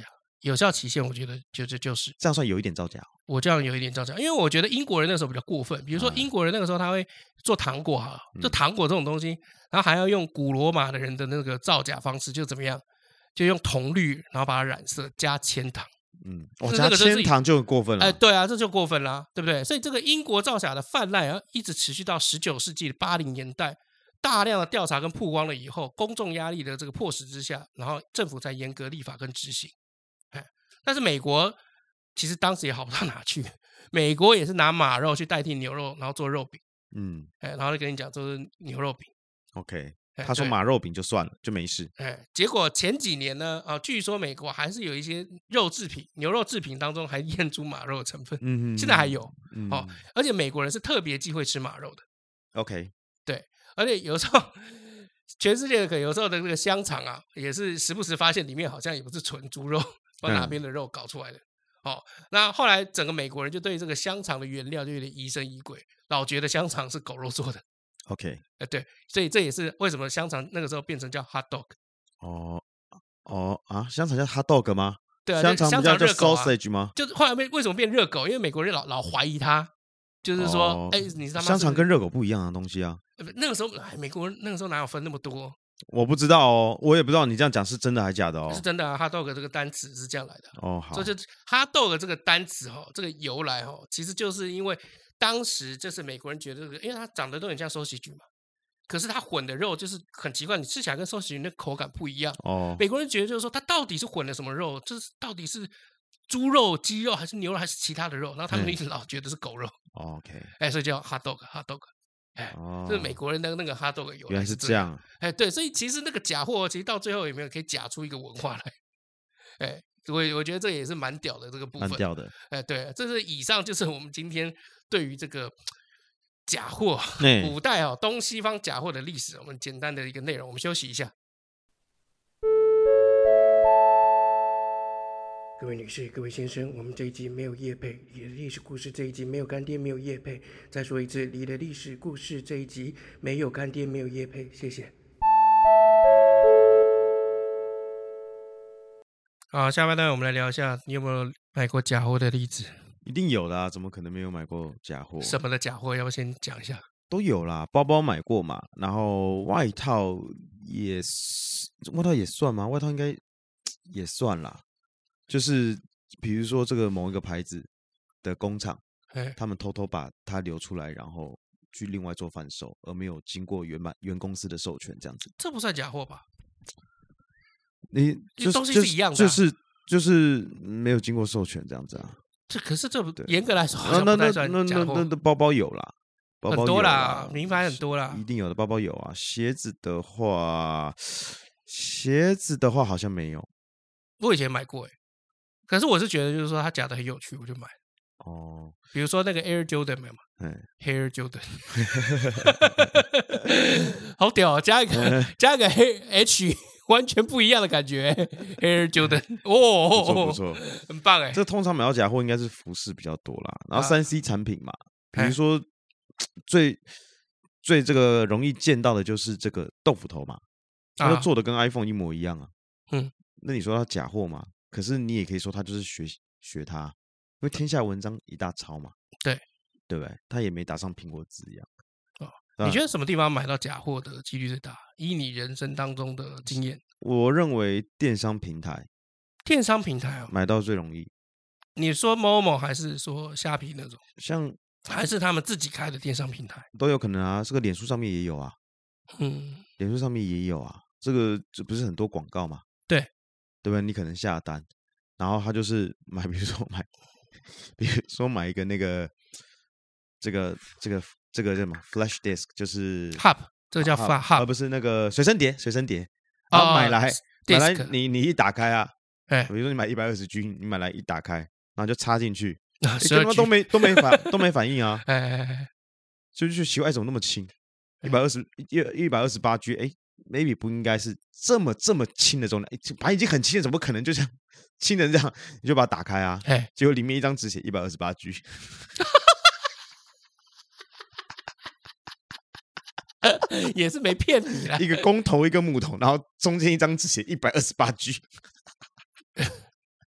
有效期限我觉得就就就是这样算有一点造假。 我这样有一点造假，因为我觉得英国人那时候比较过分，比如说英国人那个时候他会做糖果哈，就糖果这种东西，然后还要用古罗马的人的那个造假方式，就怎么样，就用铜绿然后把它染色加铅糖。 嗯，我加铅糖就很过分了。 哎，对啊，这就过分啦，对不对？所以这个英国造假的泛滥啊，一直持续到十九世纪的八零年代，大量的调查跟曝光了以后，公众压力的这个迫使之下，然后政府才严格立法跟执行。哎，但是美国其实当时也好不到哪去，美国也是拿马肉去代替牛肉，然后做肉饼。嗯，哎，然后就跟你讲这是牛肉饼。 OK。他说马肉饼就算了，就没事。 哎，结果前几年呢，啊，据说美国还是有一些肉制品、牛肉制品当中还验出马肉的成分，嗯，现在还有、嗯、哦。而且美国人是特别忌讳吃马肉的。 OK， 对，而且有时候全世界可有时候的这个香肠啊，也是时不时发现里面好像也不是纯猪肉，不知道哪边的肉搞出来的。嗯、哦，那后来整个美国人就对这个香肠的原料就有点疑神疑鬼，老觉得香肠是狗肉做的。 OK， 呃，对，所以这也是为什么香肠那个时候变成叫 hot dog。 哦哦啊，香肠叫 hot dog 吗？ 对啊， 香肠不叫叫 sausage 吗？ 就是后来为什么变热狗？因为美国人老老怀疑他，就是说，哎、哦，你是他妈香肠跟热狗不一样的东西啊。 那个时候，哎，美国人那个时候哪有分那么多？ 我不知道哦，我也不知道你这样讲是真的还是假的哦。 是真的啊 ，hot dog 这个单词是这样来的。 哦，好， 所以就 hot dog 这个单词哈、哦，这个由来哈、哦，其实就是因为当时就是美国人觉得这个，因为它长得都很像sausage嘛。可是它混的肉就是很奇怪，你吃起来跟sausage那口感不一样。哦，美国人觉得就是说，它到底是混了什么肉？这是到底是猪肉、鸡肉还是牛肉还是其他的肉？然后他们一直老觉得是狗肉。 哦、OK， 哎，所以叫 hot dog，hot dog。哎，哦、这是美国人的那个 hot dog 由来原来是这样。 哎，对，所以其实那个假货，其实到最后有没有可以假出一个文化来？哎，我我觉得这也是蛮屌的这个部分。 蛮屌的。 哎，对，这是以上就是我们今天对于这个。假货，古代哦，东西方假货的历史，我们简单的一个内容，我们休息一下。各位女士，各位先生，我们这一集没有业配，你的历史故事这一集没有干爹，没有业配。再说一次，你的历史故事这一集没有干爹，没有业配，谢谢。好，下半段我们来聊一下，你有没有买过假货的例子？ 一定有啦，怎么可能没有买过假货？ 什么的假货？要不先讲一下？ 都有啦，包包买过嘛，然后外套也外套也算吗？外套应该也算啦，就是比如说这个某一个牌子的工厂，他们偷偷把它流出来，然后去另外做贩售，而没有经过原版原公司的授权，这样子， 这不算假货吧？ 你就是东西是一样的、啊， 就是就是没有经过授权这样子啊。 这可是这严格来说好像不太算假货。 那那那那包包有啦，包包有啦， 很多啦，名牌很多啦， 一定有的包包有啊。鞋子的话，鞋子的话好像没有。 我以前买过哎，可是我是觉得就是说它假的很有趣，我就买。哦，比如说那个 Air Jordan 没有嘛？嗯 ，Air Jordan， 好屌啊！加一个加一个 H。完全不一样的感觉 ，Air Jordan， 哦， 不错不错， 很棒哎。 这通常买到假货应该是服饰比较多啦，然后三 C 产品嘛，比如说最最这个容易见到的就是这个豆腐头嘛，它就做的跟 iPhone 一模一样啊。嗯，那你说它假货嘛？可是你也可以说它就是学学它，因为天下文章一大抄嘛。 对， 对不对？它也没打上苹果字一样。 你觉得什么地方买到假货的几率最大？以你人生当中的经验， 我认为电商平台， 电商平台哦， 买到最容易。 你说 Momo 还是说虾皮那种？ 像还是他们自己开的电商平台都有可能啊。这个脸书上面也有啊，嗯，脸书上面也有啊。这个这不是很多广告嘛？ 对， 对不对？你可能下单，然后他就是买，比如说买，比如说买一个那个这个这个。这个叫什么 ？Flash disk 就是 Hub， 这个叫 Hub， 而不是那个随身碟。随身碟，然后买来、哦、买来你，你你一打开啊，哎，比如说你买一百二十 G， 你买来一打开，然后就插进去，啊，欸、根本都没都没反都没反应啊，哎哎哎，就就奇怪怎么那么轻，一百二十一一百二十八 G， 哎 ，maybe 不应该是这么这么轻的重量，反正已经很轻了，怎么可能就这样轻成这样？你就把它打开啊，哎，结果里面一张纸写一百二十八 G。 也是没骗你啦， 一个公头一个木头，然后中间一张纸写一百二十八 G，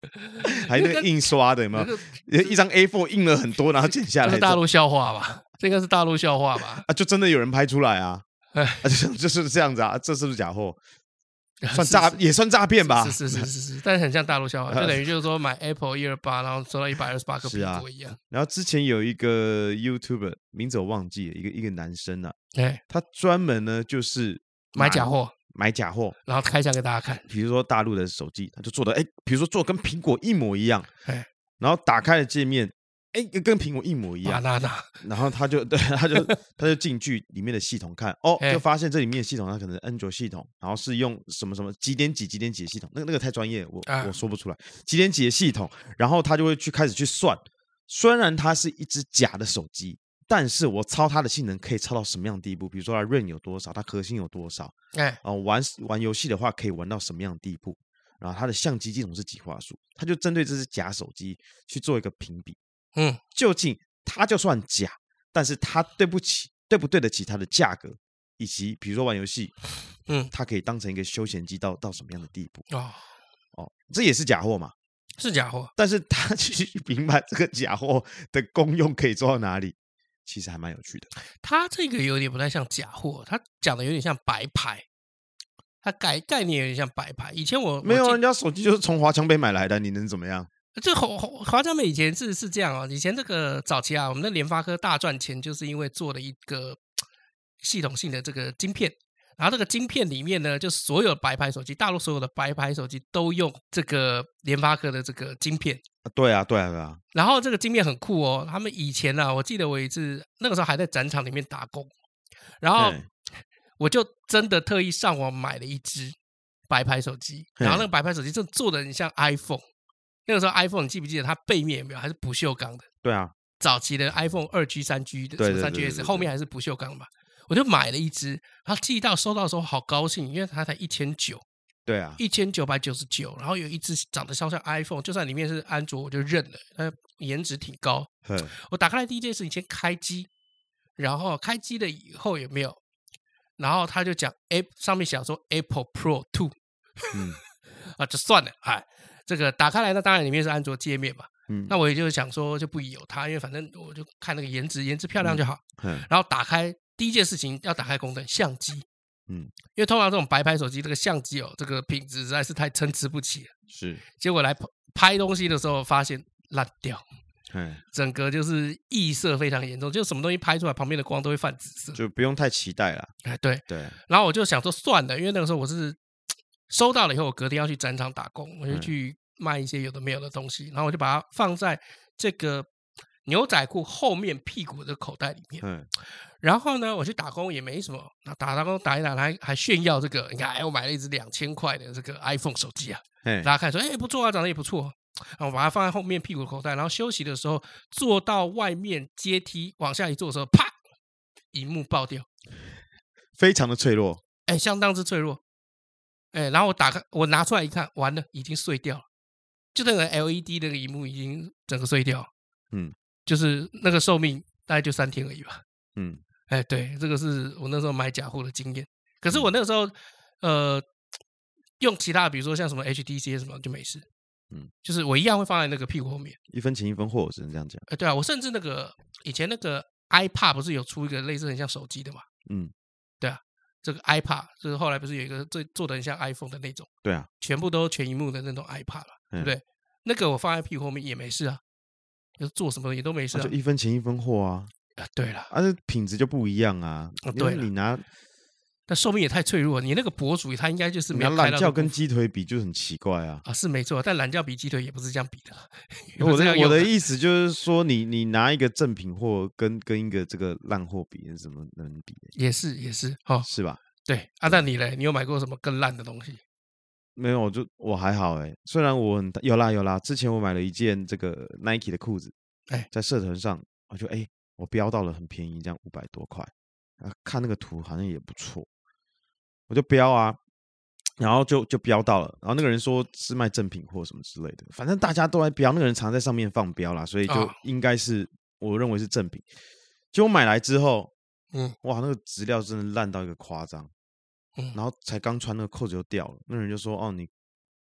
还那个印刷的有没有？一张 A 四 印了很多，然后剪下来。 这是大陆笑话吧？这应该是大陆笑话吧？ 啊，就真的有人拍出来啊！啊，就就是这样子啊，这是不是假货？算诈也算诈骗吧？ 是是是是是，但是很像大陆笑话，就等于就是说买 Apple 一二八，然后收到一百二十八个苹果一样。 然后之前有一个 YouTuber 名字我忘记了，一个一个男生啊， 哎， 他专门呢就是买假货。 买假货， 然后开箱给大家看。 比如说大陆的手机，他就做的，哎，比如说做跟苹果一模一样， 哎， 然后打开的界面，哎，跟苹果一模一样。 那那， 然后他就对，他就他就进去里面的系统看，哦，就发现这里面的系统它可能是安卓系统，然后是用什么什么几点几几点几的系统，那个那个太专业，我、啊、我说不出来，几点几的系统，然后他就会去开始去算，虽然它是一只假的手机。但是我操它的性能可以操到什么样的地步？比如说它 RAM 有多少，它核心有多少？哎，哦，玩玩游戏的话可以玩到什么样的地步？然后它的相机系统是几画素？它就针对这只假手机去做一个评比。嗯，究竟它就算假，但是它对不起，对不对得起它的价格，以及比如说玩游戏，嗯，它可以当成一个休闲机到到什么样的地步？哦哦，这也是假货嘛？ 是假货， 但是它去评判这个假货的功用可以做到哪里？其实还蛮有趣的， 他这个有点不太像假货，他讲的有点像白牌，他概概念有点像白牌。以前我没有，人家手机就是从华强北买来的，你能怎么样？ 这华华强北以前是是这样哦，以前这个早期啊，我们的联发科大赚钱，就是因为做了一个系统性的这个晶片。然后这个晶片里面呢，就所有白牌手机，大陆所有的白牌手机都用这个联发科的这个晶片。 对啊，对啊，对啊。 然后这个晶片很酷哦，他们以前啊，我记得我一次那个时候还在展场里面打工，然后我就真的特意上网买了一只白牌手机，然后那个白牌手机真的做的很像 iPhone。那个时候 iPhone 你记不记得它背面有没有还是不锈钢的？ 对啊， 早期的 iPhone 二 G、三 G 的三 G S 后面还是不锈钢嘛。我就买了一只，然后寄到收到的时候好高兴，因为它才一千九， 对啊， 一千九百九十九，然后有一只长得像像 iPhone， 就算里面是安卓我就认了，它颜值挺高。我打开来第一件事情先开机，然后开机了以后有没有？然后他就讲 App 上面写说 Apple Pro 二，嗯，啊就算了，哎，这个打开来那当然里面是安卓界面嘛。嗯，那我也就想说就不疑有他，因为反正我就看那个颜值，颜值漂亮就好。嗯，然后打开。第一件事情要打开功能相机，嗯，因为通常这种白牌手机这个相机哦，这个品质实在是太参差不齐了。 是， 结果来拍东西的时候发现烂掉，嗯，整个就是异色非常严重，就什么东西拍出来旁边的光都会泛紫色， 就不用太期待了。 哎，对对。 然后我就想说算了，因为那个时候我是收到了以后，我隔天要去展场打工，我就去卖一些有的没有的东西，然后我就把它放在这个牛仔裤后面屁股的口袋里面。嗯。然后呢，我去打工也没什么，打打工打一打，还还炫耀这个，你看，哎，我买了一只两千块的这个 iPhone 手机啊，大家看说，哎，不错啊，长得也不错。然后我把它放在后面屁股口袋，然后休息的时候坐到外面阶梯往下一坐的时候，啪，萤幕爆掉， 非常的脆弱， 哎，相当之脆弱，哎，然后我打开，我拿出来一看，完了，已经碎掉了，就那个 L E D 那个萤幕已经整个碎掉，嗯，就是那个寿命大概就三天而已吧，嗯。哎，对，这个是我那时候买假货的经验。可是我那个时候，呃，用其他的，比如说像什么 H T C 什么就没事，嗯，就是我一样会放在那个屁股后面。 一分钱一分货，只能这样讲。 哎，对啊，我甚至那个以前那个 iPad 不是有出一个类似很像手机的嘛？嗯，对啊，这个 iPad 就是后来不是有一个最做的很像 iPhone 的那种？ 对啊， 全部都全萤幕的那种 iPad 了，对不对？那个我放在屁股后面也没事啊，就做什么也都没事啊， 就一分钱一分货啊。 啊，对了， 啊，这品质就不一样啊。 哦、对， 你拿， 但寿命也太脆弱。你那个博主他应该就是没有懒觉跟鸡腿比就很奇怪啊。 啊，是没错，但懒觉比鸡腿也不是这样比的。 我的我的意思就是说你，你拿一个正品货跟跟一个这个烂货比，怎么能比？ 也是也是哦， 是吧？ 对啊，那你嘞？你有买过什么更烂的东西？ 没有，我就我还好哎。虽然我很有啦有啦，之前我买了一件这个 Nike 的裤子，哎，在社团上我就哎。我标到了很便宜，这样五百多块，啊，看那个图好像也不错，我就标啊，然后就就标到了，然后那个人说是卖正品货什么之类的，反正大家都在标，那个人常在上面放标啦，所以就应该是、哦、我认为是正品。结果买来之后，嗯，哇，那个质料真的烂到一个夸张，嗯，然后才刚穿那个扣子就掉了，那人就说哦，你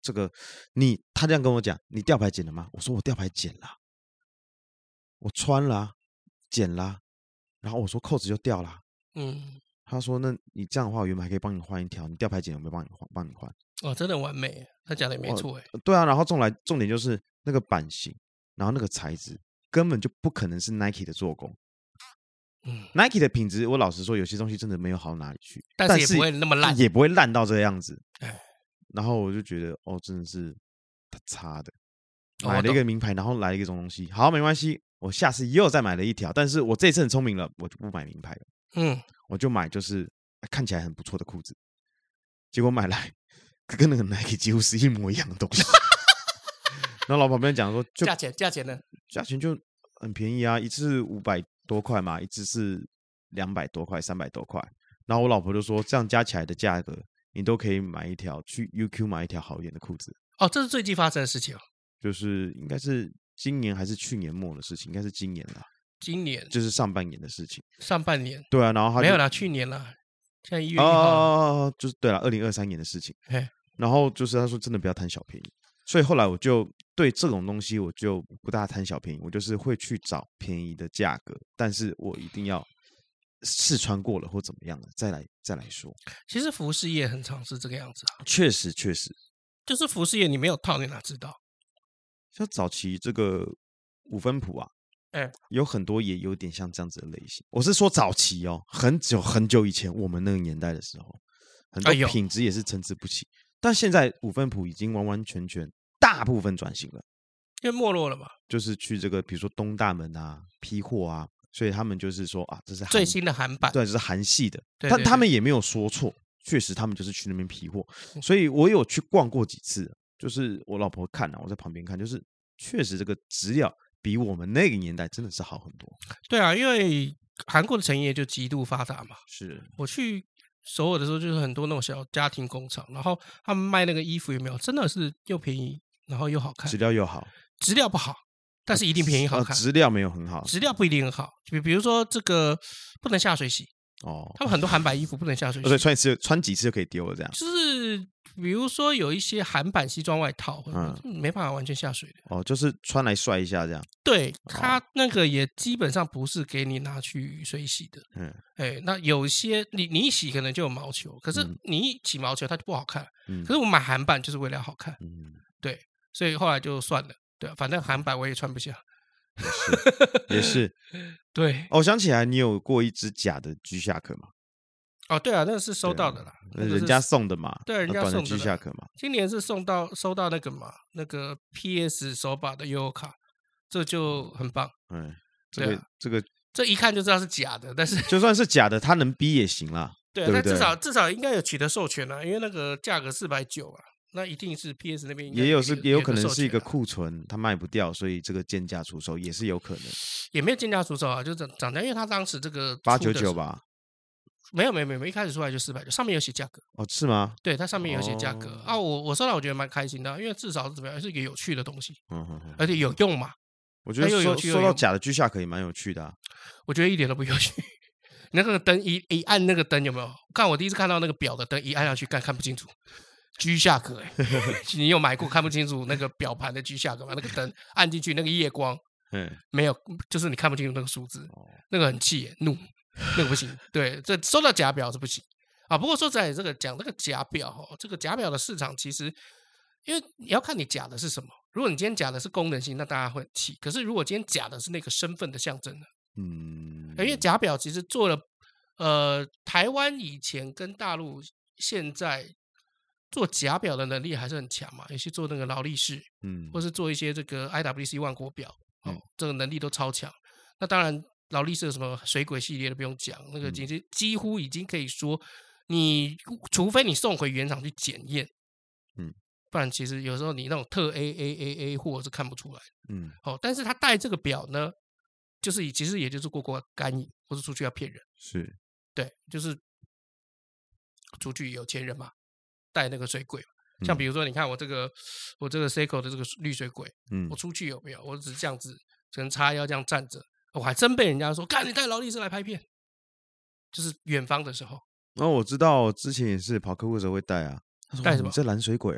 这个你他这样跟我讲，你吊牌剪了吗？我说我吊牌剪了，我穿了、啊，剪了、啊，然后我说扣子就掉了，嗯，他说那你这样的话，我原本还可以帮你换一条，你吊牌剪有没有帮你换？帮你换？ 哦，真的完美，他讲的也没错哎。 对啊，然后重来重点就是那个版型，然后那个材质根本就不可能是 Nike 的做工。嗯 ，Nike 的品质，我老实说，有些东西真的没有好哪里去， 但是也不会那么烂， 也不会烂到这个样子。然后我就觉得，哦，真的是差的，买了一个名牌，然后来了一个这种东西，好，没关系，我下次又再买了一条，但是我这次很聪明了，我就不买名牌了，嗯，我就买就是看起来很不错的裤子，结果买来跟那个 Nike 几乎是一模一样的东西。然后老旁边讲说， 价钱价钱呢？ 价钱就很便宜啊，一次五百多块嘛，一次是两百多块、三百多块。然后我老婆就说，这样加起来的价格，你都可以买一条去 U Q 买一条好一点的裤子。 哦，这是最近发生的事情哦。 就是应该是今年还是去年末的事情，应该是今年啦。 今年就是上半年的事情。 上半年。 对啊，然后他没有啦，去年啦，现在一月一号。 哦，就是对了，二零二三年的事情。然后就是他说真的不要贪小便宜，所以后来我就对这种东西我就不大贪小便宜，我就是会去找便宜的价格，但是我一定要试穿过了或怎么样的再来再来说。 其实服饰业很常是这个样子啊。 确实确实， 就是服饰业你没有套你哪知道？ 像早期这个五分谱啊， 哎、欸， 有很多也有点像这样子的类型。我是说早期哦，很久很久以前我们那个年代的时候，很多品质也是参差不齐。哎，但现在五分谱已经完完全全大部分转型了， 因为没落了嘛， 就是去这个比如说东大门啊批货啊，所以他们就是说啊，这是最新的韩版， 对，这是韩系的， 对对对， 但他们也没有说错，确实他们就是去那边批货，所以我有去逛过几次，就是我老婆看啊，我在旁边看，就是确实这个质量比我们那个年代真的是好很多。 对啊，因为韩国的成业就极度发达嘛， 是我去首尔的时候，就是很多那种小家庭工厂，然后他们卖那个衣服有没有？真的是又便宜，然后又好看， 质量又好， 质量不好，但是一定便宜好看。 啊、质量没有很好， 质量不一定很好。比比如说这个不能下水洗哦，他们很多韩版衣服不能下水洗， 所以穿一次穿几次就可以丢了，这样。 就是比如说有一些韩版西装外套，嗯，没办法完全下水的。 哦，就是穿来帅一下这样。 对，它那个也基本上不是给你拿去水洗的。嗯，哎，那有些你你一洗可能就有毛球，可是你一起毛球它就不好看。嗯，可是我买韩版就是为了好看。嗯，对，所以后来就算了。对，反正韩版我也穿不下。 也是，也是。 对， 哦，我想起来，你有过一只假的居夏克吗？ 哦，对啊，那个是收到的啦， 那人家送的嘛， 对，人家送的居夏克嘛。 今年是送到收到那个嘛，那个 P S 手把的悠游卡，这就很棒。嗯， 这个、啊、这个这一看就知道是假的，但是就算是假的，他能逼也行啦。 对， 对， 但至少至少应该有取得授权啦，因为那个价格四百九啊，那一定是 P S 那边也有是也有可能是一个库存，它卖不掉，所以这个贱价出售也是有可能。 也没有贱价出售啊，就涨涨价，因为他当时这个八九九吧。 没有没有没有，一开始出来就四百九，上面有写价格哦，是吗？ 对，它上面有写价格、哦、啊，我我收到我觉得蛮开心的，因为至少是怎么样，是一个有趣的东西，嗯哼哼，而且有用嘛。 我觉得收收到假的居夏克也蛮有趣的、啊， 我觉得一点都不有趣。那个灯一一按那个灯有没有？看我第一次看到那个表的灯一按下去，看看不清楚。居夏克哎、欸，你有买过看不清楚那个表盘的居夏克吗？那个灯按进去那个夜光，嗯，没有，就是你看不清楚那个数字，那个很气、欸，怒。那个不行，对，这收到假表是不行啊。不过说实在，这个讲这个假表哦，这个假表的市场其实，因为你要看你假的是什么。如果你今天假的是功能性，那大家会很气。可是如果今天假的是那个身份的象征呢？嗯，因为假表其实做了，呃，台湾以前跟大陆现在做假表的能力还是很强嘛，有些做那个劳力士，嗯，或是做一些这个 I W C 万国表，哦，嗯、这个能力都超强。那当然。劳力士有什么水鬼系列的不用讲，那个其实几乎已经可以说，你除非你送回原厂去检验，嗯，不然其实有时候你那种特 A A A A 货是看不出来的，嗯，哦，但是他戴这个表呢，就是其实也就是过过干瘾，或是出去要骗人， 是， 对，就是出去有钱人嘛，戴那个水鬼嘛，像比如说你看我这个我这个 Seiko 的这个绿水鬼，嗯，我出去有没有？我只是这样子，可能叉腰这样站着。我还真被人家说，干你带劳力士来拍片，就是远方的时候。 哦，我知道，之前也是跑客户的时候会带啊。 带什么？ 你这蓝水鬼哦。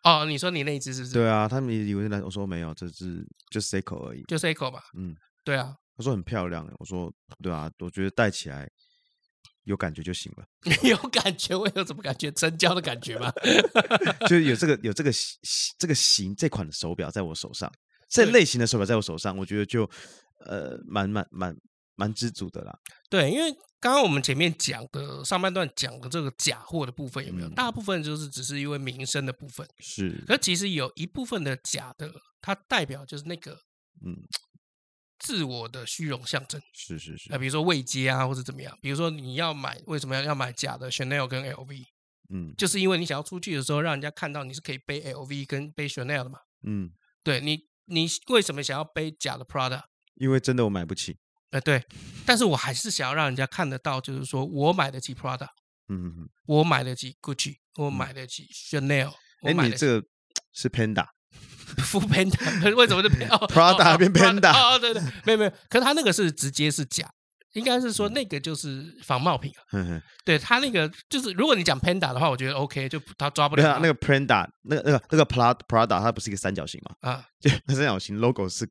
哦，你说你那一只是不是？ 对啊，他们以为那我说没有，这只就 Seiko 而已， 就 Seiko 嘛。 嗯， 对啊。 他说很漂亮，我说对啊，我觉得戴起来有感觉就行了。 有感觉？我有什么感觉？成交的感觉吗？ 就是有这个有这个这个型这款的手表在我手上，这类型的手表在我手上，我觉得就呃蛮蛮蛮蛮知足的啦。 对，因为刚刚我们前面讲的上半段讲的这个假货的部分有没有？嗯、大部分就是只是因为民生的部分， 是。 可其实有一部分的假的，它代表就是那个嗯。自我的虚荣象征， 是是是， 啊，比如说位阶啊，或者怎么样，比如说你要买，为什么要要买假的 Chanel 跟 L V？ 嗯，就是因为你想要出去的时候，让人家看到你是可以背 L V 跟背 Chanel 的嘛。嗯，对你，你为什么想要背假的 Prada？ 因为真的我买不起。 呃，对，但是我还是想要让人家看得到，就是说我买得起 Prada， 嗯嗯嗯，我买得起 Gucci， 我买得起 Chanel， 哎、嗯，你这个是 Panda。 副 Panda 为什么是 Prada 变 Panda？ 哦，对对，没有没有，可是他那个是直接是假，应该是说那个就是仿冒品啊。嗯、对他那个就是，如果你讲 Panda 的话，我觉得 OK， 就他抓不了。 那个 Panda， 那个那个那个 Prada， 它不是一个三角形吗？啊，就那三角形 logo 是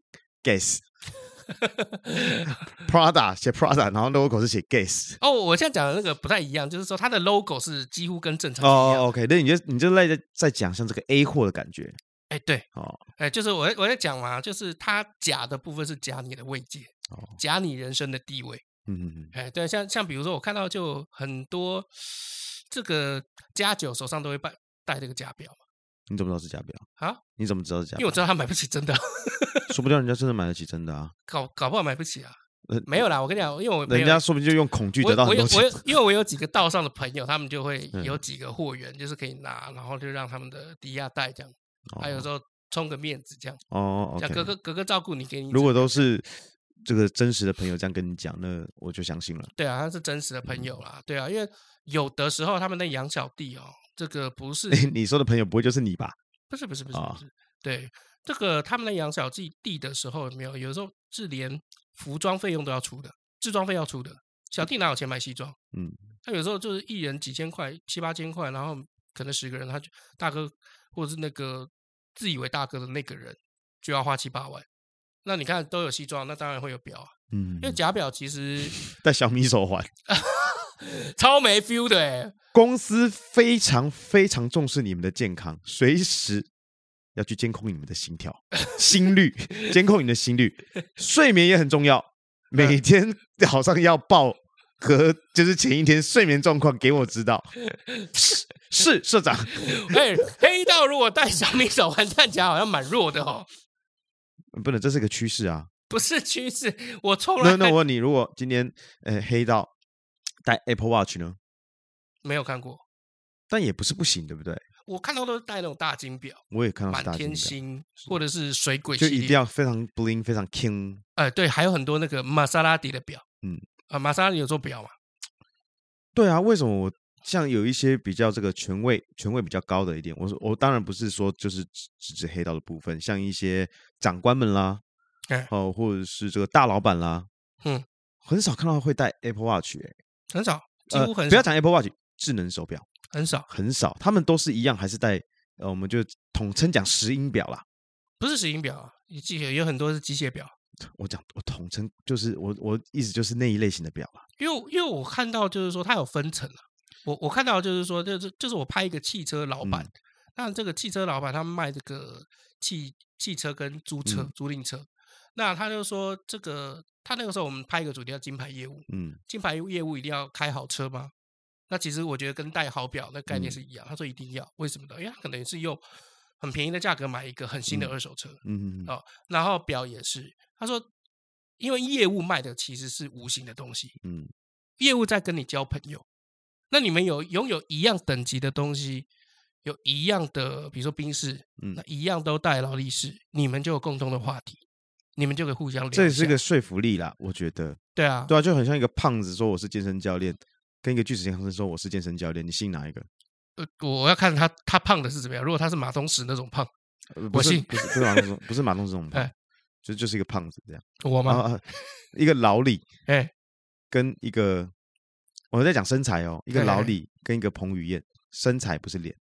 Guess。Prada 写 Prada， 然后 logo 是写 Guess。 哦，我现在讲的那个不太一样，就是说它的 logo 是几乎跟正常一样。 哦 ，OK， 那你就你就在在讲像这个 A 货的感觉。 哎，对，哦，哎，就是我我在讲嘛，就是它假的部分是假你的位阶，哦，假你人生的地位，嗯嗯嗯，哎，对，像像比如说我看到就很多这个家酒手上都会戴戴这个假表嘛， 你怎么知道是假表啊？你怎么知道是假表？ 因为我知道他买不起真的， 说不定人家真的买得起真的啊， 搞搞不好买不起啊。没有啦，我跟你讲，因为我人家说不定就用恐惧得到很多钱。 我我因为我有几个道上的朋友，他们就会有几个货源，就是可以拿，然后就让他们的抵押贷这样。还有时候充个面子这样哦，像哥哥哥哥照顾你，给你。 如果都是这个真实的朋友这样跟你讲，那我就相信了。 对啊，他是真实的朋友啦，对啊，因为有的时候他们那养小弟哦，这个不是你说的朋友，不会就是你吧？ 不是不是不是不是，对，这个他们在养小弟弟的时候有没有？有时候是连服装费用都要出的，制装费要出的。小弟哪有钱买西装？嗯，他有时候就是一人几千块，七八千块，然后可能十个人，他就大哥或者是那个自以为大哥的那个人就要花七八万。那你看都有西装，那当然会有表啊。嗯，因为假表其实戴小米手环， 超没 feel 的哎。 公司非常非常重视你们的健康，随时要去监控你们的心跳、心率，监控你的心率，睡眠也很重要，每天早上要报和就是前一天睡眠状况给我知道。是是社长， 哎，黑道如果戴小米手环，看起来好像蛮弱的哦。 不能，这是个趋势啊。 不是趋势，我从来…… 那那我问你，如果今天呃黑道戴 Apple Watch 呢？ 没有看过， 但也不是不行，对不对？ 我看到都是戴那种大金表， 我也看到是大金表， 满天星或者是水鬼， 就一定要非常 bling 非常 king。 哎、呃，对，还有很多那个玛莎拉蒂的表，嗯啊，玛莎拉蒂有做表嘛？ 对啊，为什么我像有一些比较这个权位权位比较高的一点，我说我当然不是说就是只指黑道的部分，像一些长官们啦，哎、哦，或者是这个大老板啦，嗯，很少看到会戴 Apple Watch， 哎、 欸，很少，几乎很少、呃。 不要讲 Apple Watch。智能手表很少很少，他们都是一样，还是戴呃，我们就统称讲石英表啦， 不是石英表啊，有很多是机械表。 我讲我统称就是我我意思就是那一类型的表啦。 因为因为我看到就是说它有分层啊，我我看到就是说就是就是我拍一个汽车老板，嗯、那这个汽车老板他们卖这个汽汽车跟租车、嗯、租赁车，那他就说这个他那个时候我们拍一个主题叫金牌业务，嗯，金牌业务一定要开好车吗？那其实我觉得跟戴好表的概念是一样，嗯、他说一定要，为什么呢？因为他可能是用很便宜的价格买一个很新的二手车，嗯嗯哦，然后表也是，他说，因为业务卖的其实是无形的东西，嗯，业务在跟你交朋友，那你们有拥有一样等级的东西，有一样的，比如说宾士，嗯，那一样都戴劳力士，你们就有共同的话题，你们就可以互相聊。 这是个说服力啦，我觉得。 对啊， 对啊，就很像一个胖子说我是健身教练。跟一个巨石强森说我是健身教练，你信哪一个？ 呃，我要看他他胖的是怎么样。如果他是马东石那种胖， 呃、我信。不是不是马东石，不是马东石这种胖，哎、就就是一个胖子这样。 我吗？ 啊、一个老李，哎，跟一个我在讲身材哦，一个老李跟一个彭于晏，身材不是脸，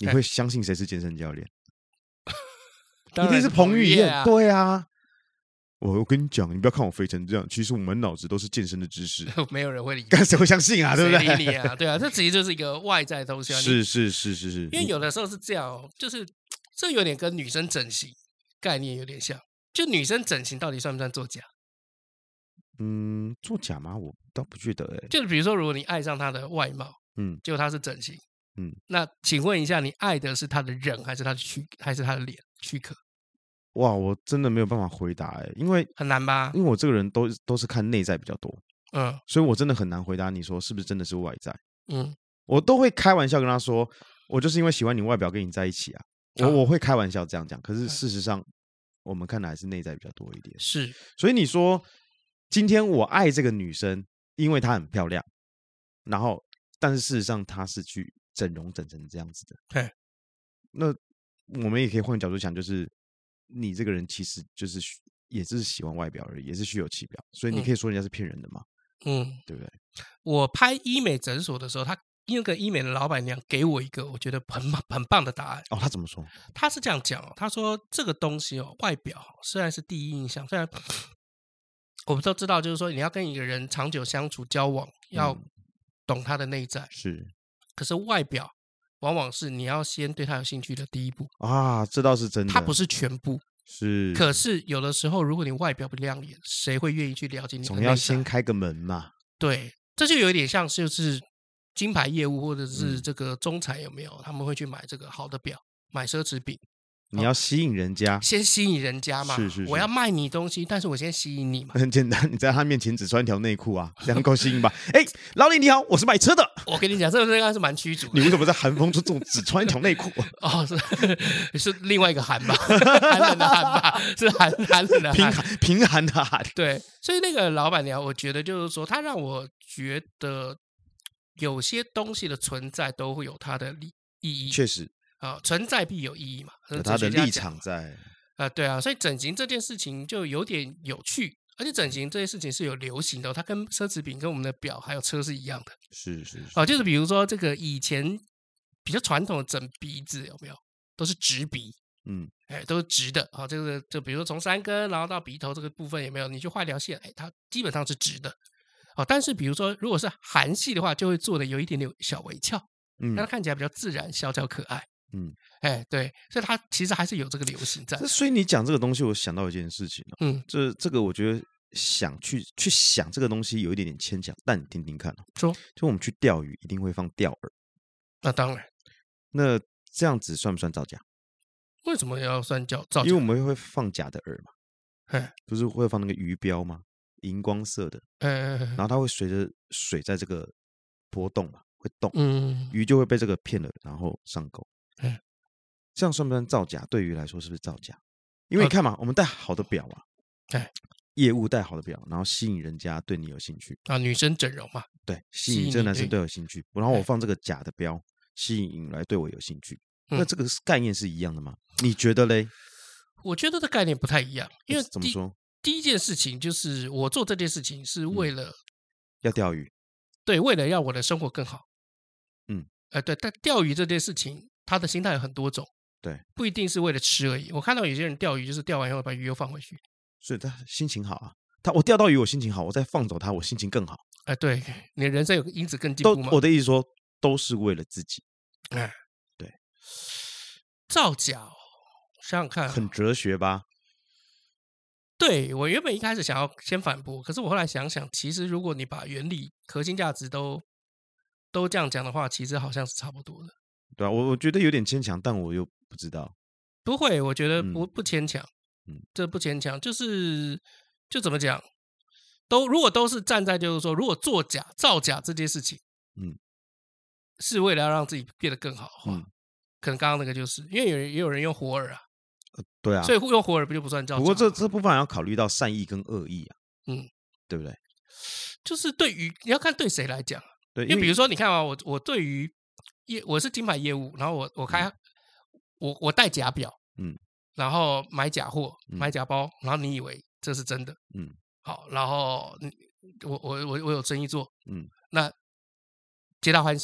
你会相信谁是健身教练？ 当然一定是彭于晏、 啊。 对啊。我我跟你讲，你不要看我肥成这样，其实我满脑子都是健身的知识。 没有人会理你， 干谁会相信啊？对不对？ 谁理你啊？对啊，这其实就是一个外在的东西啊。 是是是是是， 因为有的时候是这样、哦，就是这有点跟女生整形概念有点像。就女生整形到底算不算作假？ 嗯，作假吗？我倒不觉得哎、欸。 就是比如说，如果你爱上她的外貌， 嗯， 结果她是整形， 嗯， 那请问一下，你爱的是她的人，还是她的躯，还是她的脸躯壳？ 哇，我真的没有办法回答哎、欸，因为很难吧？ 因为我这个人都都是看内在比较多， 嗯， 所以我真的很难回答你说是不是真的是外在。 嗯， 我都会开玩笑跟他说，我就是因为喜欢你外表跟你在一起啊。我、哦、我会开玩笑这样讲，可是事实上，我们看的还是内在比较多一点。 是， 所以你说今天我爱这个女生，因为她很漂亮，然后但是事实上她是去整容整成这样子的。 对， 那我们也可以换个角度想，就是你这个人其实就是也是喜欢外表而已，也是虚有其表，所以你可以说人家是骗人的嘛。嗯，对不对？ 我拍医美诊所的时候，他那个医美的老板娘给我一个我觉得很很棒的答案。 哦，他怎么说？ 他是这样讲哦，他说这个东西哦，外表虽然是第一印象，虽然我们都知道，就是说你要跟一个人长久相处交往，要懂他的内在、嗯、 是， 可是外表往往是你要先对他有兴趣的第一步啊，这倒是真的。 它不是全部。 是， 可是有的时候，如果你外表不亮眼，谁会愿意去了解你的内在？ 总要先开个门嘛。 对，这就有一点像是就是金牌业务或者是这个中产有没有？嗯、他们会去买这个好的表，买奢侈品。 你要吸引人家， 先吸引人家嘛。 是是是， 我要卖你东西，但是我先吸引你嘛。 很简单，你在他面前只穿一条内裤啊，这样够吸引吧？哎，老李你好，我是卖车的。 我跟你讲，这个应该是蛮驱逐的。 你为什么在寒风中只穿一条内裤？ 哦，是是另外一个寒吧，寒冷的寒吧，是寒寒冷的寒， 贫寒贫寒的寒。 对，所以那个老板娘，我觉得就是说，她让我觉得有些东西的存在都会有它的意义。 确实。 啊、呃，存在必有意义嘛， 有他的立场在。 呃，对啊，所以整形这件事情就有点有趣，而且整形这件事情是有流行的、哦，它跟奢侈品、跟我们的表还有车是一样的。 是是是。 哦、呃，就是比如说这个以前比较传统的整鼻子有没有，都是直鼻，嗯，哎，都是直的。好、哦，这个就比如说从山根然后到鼻头这个部分有没有，你去画一条线，哎，它基本上是直的。哦，但是比如说如果是韩系的话，就会做的有一点点小微翘，嗯，让它看起来比较自然、小巧可爱。嗯，哎，对，所以它其实还是有这个流行在。 所以你讲这个东西，我想到一件事情、哦、嗯，这这个我觉得想去去想这个东西有一点点牵强，但你听听看、哦， 说， 就我们去钓鱼一定会放钓饵， 那当然， 那这样子算不算造假？ 为什么要算叫造假？ 因为我们会放假的饵嘛，哎，不是会放那个鱼标吗？荧光色的，哎，然后它会随着水在这个波动嘛，会动，嗯，鱼就会被这个骗了，然后上钩。嗯，这样算不算造假？对于来说是不是造假？因为你看嘛，我们戴好的表嘛，对，业务戴好的表，然后吸引人家对你有兴趣啊，女生整容嘛， 对，吸引这个男生对我有兴趣，然后我放这个假的标，吸引引来对我有兴趣，那这个概念是一样的吗？你觉得嘞？ 我觉得这概念不太一样，因为怎么说？ 第一件事情就是我做这件事情是为了、嗯、 要钓鱼， 对，为了让我的生活更好，嗯，呃，对，但钓鱼这件事情。他的心态有很多种， 对， 不一定是为了吃而已。我看到有些人钓鱼，就是钓完以后把鱼又放回去， 所以他心情好啊。他我钓到鱼，我心情好，我再放走它，我心情更好。 哎、呃，对，你的人生有因此更进步吗？ 我的意思说，都是为了自己。哎，对， 造假、哦，想想看、哦， 很哲学吧？ 对，我原本一开始想要先反驳，可是我后来想想，其实如果你把原理、核心价值都都这样讲的话，其实好像是差不多的。 对啊，我我觉得有点牵强，但我又不知道。 不会，我觉得不、嗯、不牵强，嗯，这不牵强，就是就怎么讲，都如果都是站在就是说，如果作假、造假这件事情，嗯，是为了要让自己变得更好的话，嗯、可能刚刚那个就是因为有人也有人用活饵啊、 呃，对啊， 所以用活饵不就不算造假？ 不过这这部分还要考虑到善意跟恶意啊，嗯，对不对？ 就是对于你要看对谁来讲，对，因为比如说你看啊，我我对于业我是金牌业务，然后我我开、嗯、我我戴假表，嗯，然后买假货、嗯、买假包，然后你以为这是真的，嗯，好，然后我我我我有生意做，嗯，那皆大欢喜，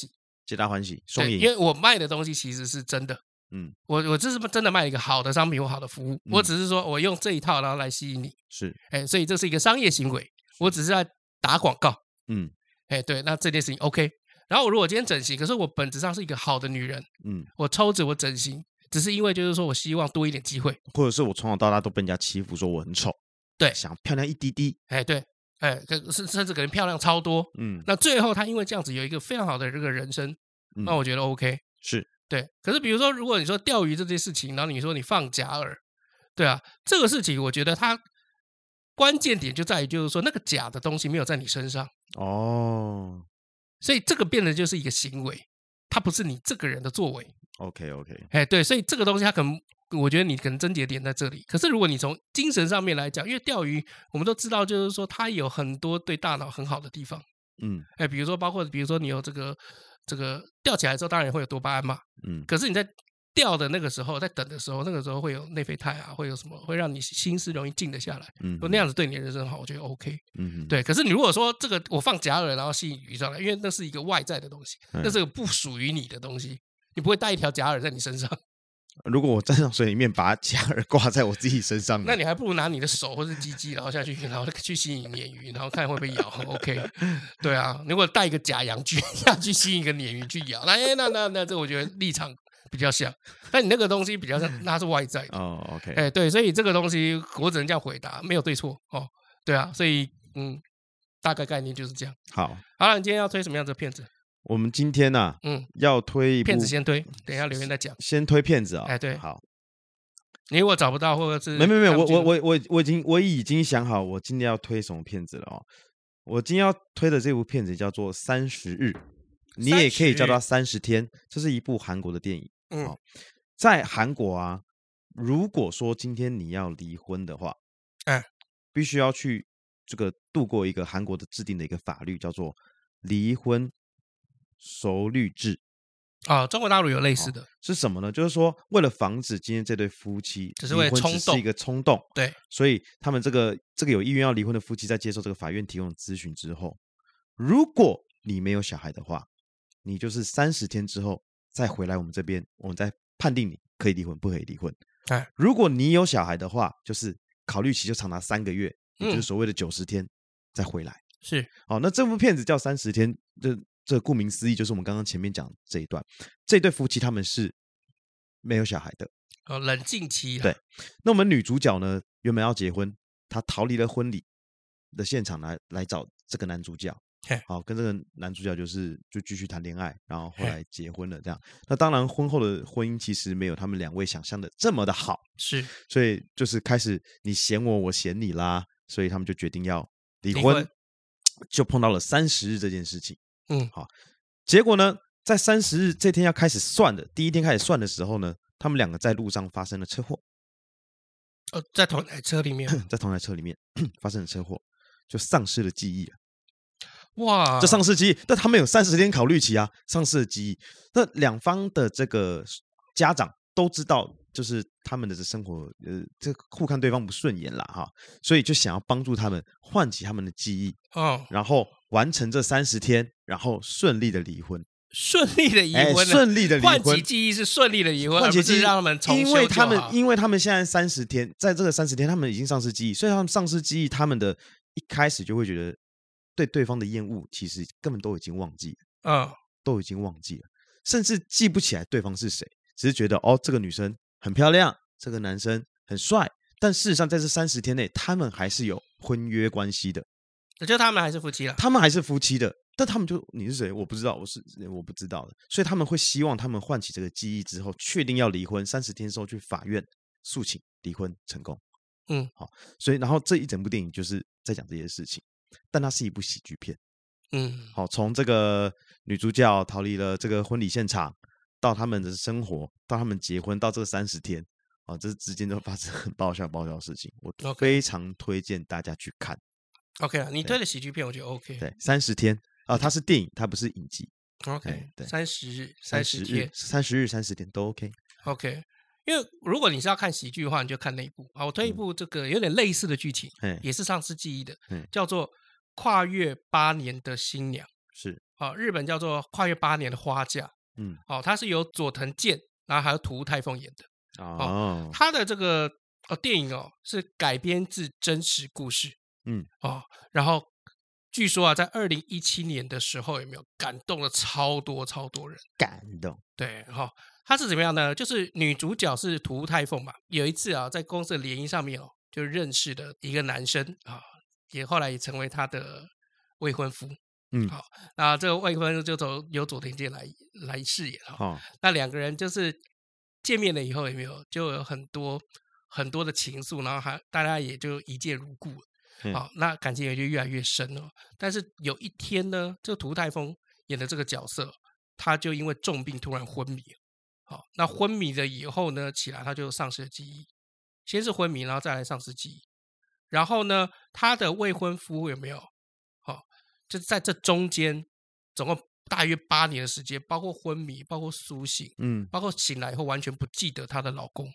皆大欢喜，双赢。 因为我卖的东西其实是真的，嗯，我我这是真的卖一个好的商品或好的服务，嗯、我只是说我用这一套然后来吸引你， 是， 哎，所以这是一个商业行为，我只是在打广告，嗯，哎，对，那这件事情 OK。然后我如果今天整形，可是我本质上是一个好的女人，嗯，我抽脂我整形，只是因为就是说我希望多一点机会， 或者是我从小到大都被人家欺负，说我很丑， 对， 想漂亮一滴滴， 哎，对。哎，甚甚至可能漂亮超多，嗯，那最后他因为这样子有一个非常好的这个人生，嗯、那我觉得 OK， 是对。可是比如说，如果你说钓鱼这件事情，然后你说你放假饵，对啊，这个事情我觉得它关键点就在于就是说那个假的东西没有在你身上哦，所以这个变得就是一个行为，它不是你这个人的作为。 OK OK， 哎，对，所以这个东西它可能。我觉得你可能症结点在这里，可是如果你从精神上面来讲，因为钓鱼我们都知道，就是说它有很多对大脑很好的地方，嗯，哎，比如说包括比如说你有这个这个钓起来之后，当然会有多巴胺嘛，嗯，可是你在钓的那个时候，在等的时候，那个时候会有内啡肽啊，会有什么会让你心思容易静得下来，嗯，如果那样子对你的人生好，我觉得 OK， 嗯，对。可是你如果说这个我放假饵然后吸引鱼上来，因为那是一个外在的东西，嗯、那是个不属于你的东西，你不会带一条假饵在你身上。 如果我站上水里面，把假饵挂在我自己身上， 那你还不如拿你的手或是鸡鸡，然后下去，然后去吸引鲶鱼，然后看会不会咬。OK， 对啊，如果带一个假洋具下去吸引一个鲶鱼去咬，那那那那这我觉得立场比较像，但你那个东西比较像，那是外在的。 哦 ，OK， 哎，对，所以这个东西我只能这样回答，没有对错哦。对啊，所以嗯，大概概念就是这样。 好， 好了，你今天要推什么样的片子？ 我们今天呢、啊，嗯，要推一部片子先推，等一下留言再讲。 先推片子啊、哦， 哎，对， 好。 你如果找不到，或者是没没没，我我我我我已经我已经想好我今天要推什么片子了哦。我今天要推的这部片子叫做《三十日》，你也可以叫它《三十天》，这是一部韩国的电影。嗯、哦，在韩国啊，如果说今天你要离婚的话，哎，必须要去这个度过一个韩国的制定的一个法律，叫做离婚熟虑制。 啊、哦，中国大陆有类似的、哦、 是什么呢？就是说，为了防止今天这对夫妻只是为了冲动， 只是一个冲动， 对， 所以他们这个这个有意愿要离婚的夫妻，在接受这个法院提供的咨询之后，如果你没有小孩的话，你就是三十天之后再回来我们这边，我们再判定你可以离婚不可以离婚。哎，如果你有小孩的话，就是考虑期就长达三个月，也就是所谓的九十天、嗯、再回来。 是， 好，那这部片子叫三十天，这这顾名思义就是我们刚刚前面讲这一段，这对夫妻他们是没有小孩的， 哦，冷静期。 对，那我们女主角呢，原本要结婚，她逃离了婚礼的现场来来找这个男主角，好，跟这个男主角就是就继续谈恋爱，然后后来结婚了这样。那当然，婚后的婚姻其实没有他们两位想象的这么的好， 是， 所以就是开始你嫌我，我嫌你啦，所以他们就决定要离婚。离婚就碰到了三十日这件事情，嗯，好，结果呢，在三十日这天要开始算的第一天开始算的时候呢，他们两个在路上发生了车祸， 哦，在同台车里面， 在同台车里面发生了车祸，就丧失了记忆了。 哇， 这丧失记忆，但他们有三十天考虑期啊，丧失了记忆。那两方的这个家长都知道，就是他们的这生活，呃，这互看对方不顺眼啦，哈，所以就想要帮助他们唤起他们的记忆，哦，然后完成这三十天，然后顺利的离婚， 顺利的离婚， 顺利的离婚， 唤起记忆是顺利的离婚， 唤起记忆让他们重修就好。 因为他们，因为他们现在三十天，在这个三十天，他们已经丧失记忆，所以他们丧失记忆，他们的一开始就会觉得对对方的厌恶，其实根本都已经忘记了，嗯，都已经忘记了，甚至记不起来对方是谁。只是觉得哦，这个女生很漂亮，这个男生很帅，但事实上在这三十天内，他们还是有婚约关系的。 我觉得他们还是夫妻了， 他们还是夫妻的，但他们就你是谁？我不知道，我是我不知道的。所以他们会希望他们唤起这个记忆之后，确定要离婚，三十天之后去法院诉请离婚成功。嗯，好，所以然后这一整部电影就是在讲这些事情，但它是一部喜剧片。嗯，好，从这个女主角逃离了这个婚礼现场。到他们的生活，到他们结婚，到这三十天，啊，这之间都发生很爆笑爆笑的事情，我非常推荐大家去看。 OK 啊，你推的喜剧片我觉得 OK。 对，三十天啊，它是电影，它不是影集。 OK，对，三十日、三十天、 三十日、三十天都 OK。 OK， 因为如果你是要看喜剧的话，你就看那一部啊。我推一部这个有点类似的剧情，嗯、也是丧失记忆的，嗯、叫做《跨越八年的新娘》。 是哦，日本叫做《跨越八年的花嫁》，嗯，哦，它是由佐藤健，然后还有土屋太凤演的，哦，他的这个哦电影哦是改编自真实故事，嗯，哦，然后据说啊，在二零一七年的时候有没有感动了超多超多人， 感动， 对，哈、哦，他是怎么样呢？就是女主角是土屋太凤嘛，有一次啊，在公司的联谊上面哦，就认识的一个男生啊，也后来也成为他的未婚夫。嗯，好，那这个未婚夫就走由佐藤健来来饰演哈、哦。那两个人就是见面了以后有没有就有很多很多的情愫，然后还大家也就一见如故了。好、嗯哦，那感情也就越来越深了。但是有一天呢，这个涂太峰演的这个角色，他就因为重病突然昏迷了。好、哦，那昏迷了以后呢，起来他就丧失了记忆，先是昏迷，然后再来丧失记忆。然后呢，他的未婚夫有没有？好、哦。就在这中间，总共大约八年的时间，包括昏迷，包括苏醒，嗯，包括醒来以后完全不记得她的老公。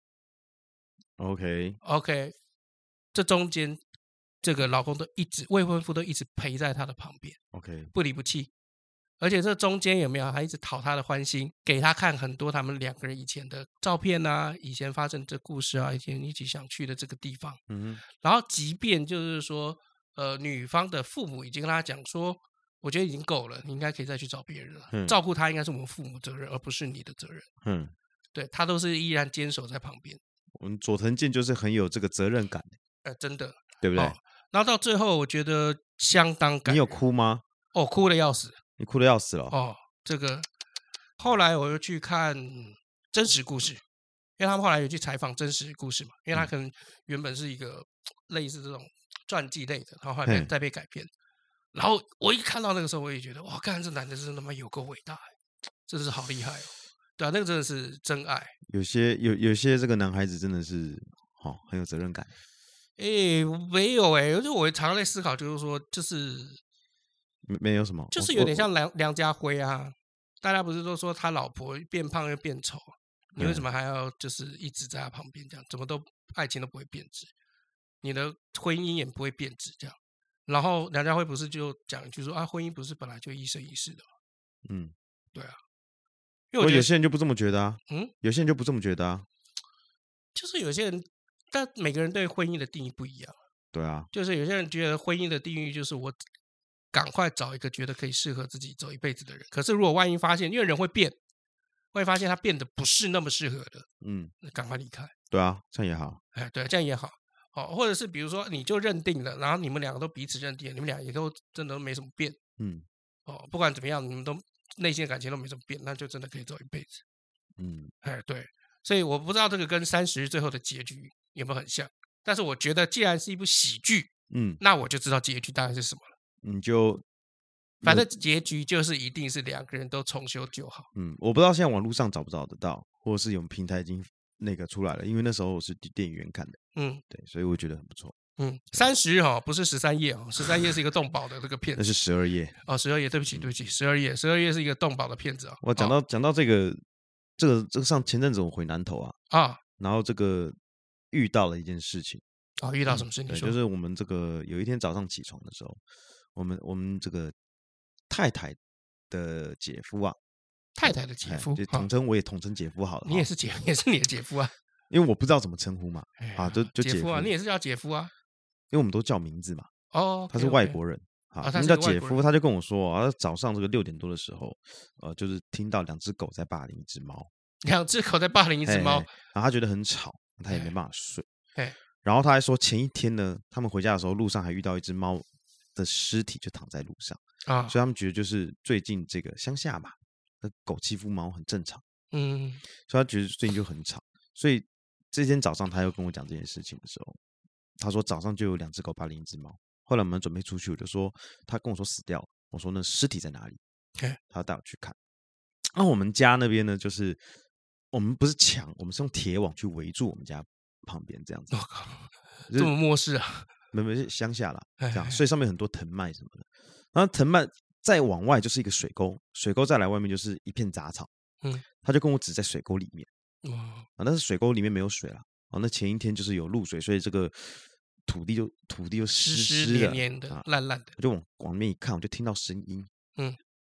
OK OK， 这中间这个老公都一直未婚夫都一直陪在她的旁边 ，OK， 不离不弃。而且这中间有没有还一直讨她的欢心，给她看很多他们两个人以前的照片啊，以前发生的故事啊，以前一起想去的这个地方。嗯，然后即便就是说。呃，女方的父母已经跟他讲说，我觉得已经够了，你应该可以再去找别人了。嗯、照顾他应该是我们父母责任，而不是你的责任。嗯，对他都是依然坚守在旁边。 我们佐藤健就是很有这个责任感， 呃，真的， 对不对？ 哦、然后到最后，我觉得相当感人。 你有哭吗？ 哦，哭的要死。 你哭的要死了。 哦，这个后来我又去看真实故事，因为他们后来有去采访真实故事嘛，因为他可能原本是一个类似这种。传记类的，然后后来再被改编。然后我一看到那个时候，我也觉得哇，看这男的真他妈有够伟大，真的是好厉害哦！对啊，那个真的是真爱。 有些有有些这个男孩子真的是哦很有责任感。 哎，没有哎，就我常常在思考，就是说，就是没没有什么， 就是有点像梁梁家辉啊。大家不是都说他老婆变胖又变丑，你为什么还要就是一直在他旁边这样？怎么都爱情都不会变质？你的婚姻也不会变质，这样。然后梁家辉不是就讲一句说啊，婚姻不是本来就一生一世的吗？嗯，对啊。 因为我觉得有些人就不这么觉得啊，嗯，有些人就不这么觉得啊。 就是有些人，但每个人对婚姻的定义不一样。 对啊， 就是有些人觉得婚姻的定义就是我赶快找一个觉得可以适合自己走一辈子的人。可是如果万一发现，因为人会变，会发现他变得不是那么适合的，嗯，赶快离开。 对啊，这样也好。 哎，对，这样也好。哦，或者是比如说，你就认定了，然后你们两个都彼此认定了，你们俩也都真的都没什么变，嗯，哦，不管怎么样，你们都内心的感情都没什么变，那就真的可以走一辈子，嗯，哎，对，所以我不知道这个跟三十日最后的结局有没有很像，但是我觉得既然是一部喜剧，嗯，那我就知道结局大概是什么了， 你就反正结局就是一定是两个人都重修旧好， 嗯，我不知道现在网络上找不找得到，或者是有平台已经那个出来了，因为那时候我是电影院看的，嗯，对，所以我觉得很不错。 嗯，三十日哈，不是十三夜哦，十三夜是一个动保的这个片子， 那是十二夜哦，十二夜，对不起，对不起，十二夜，十二夜是一个动保的片子啊、哦。 我讲到讲、哦、到这个，这个这个上前阵子我回南投啊啊，然后这个遇到了一件事情啊、哦，遇到什么事？ 嗯、 你说， 就是我们这个有一天早上起床的时候，我们我们这个太太的姐夫啊， 太太的姐夫， 就统称我也统称姐夫好了， 你也是姐，也是你的姐夫啊。 因为我不知道怎么称呼嘛，啊，就就姐夫啊，你也是叫姐夫啊， 因为我们都叫名字嘛。 哦， okay, 他是外国人，啊，他们叫姐夫，他就跟我说啊，早上这个六点多的时候，呃，就是听到两只狗在霸凌一只猫， 两只狗在霸凌一只猫， 然后他觉得很吵，他也没办法睡。然后他还说前一天呢，他们回家的时候路上还遇到一只猫的尸体就躺在路上啊，所以他们觉得就是最近这个乡下嘛，那狗欺负猫很正常，嗯，所以他觉得最近就很吵，所以。这天早上，他又跟我讲这件事情的时候，他说早上就有两只狗霸凌一只猫。后来我们准备出去，我就说他跟我说死掉了。我说那尸体在哪里？他带我去看。那、啊、我们家那边呢，就是我们不是墙，我们是用铁网去围住我们家旁边这样子。 我、哦、靠，这么漠视啊？ 没没是乡下啦，这样，所以上面很多藤蔓什么的。然后藤蔓再往外就是一个水沟，水沟再来外面就是一片杂草。嗯，他就跟我指在水沟里面。啊，但是水沟里面没有水了啊。那前一天就是有露水，所以这个土地就土地就湿湿湿黏黏的、啊、烂烂的。 我就往往里面一看，我就听到声音，嗯，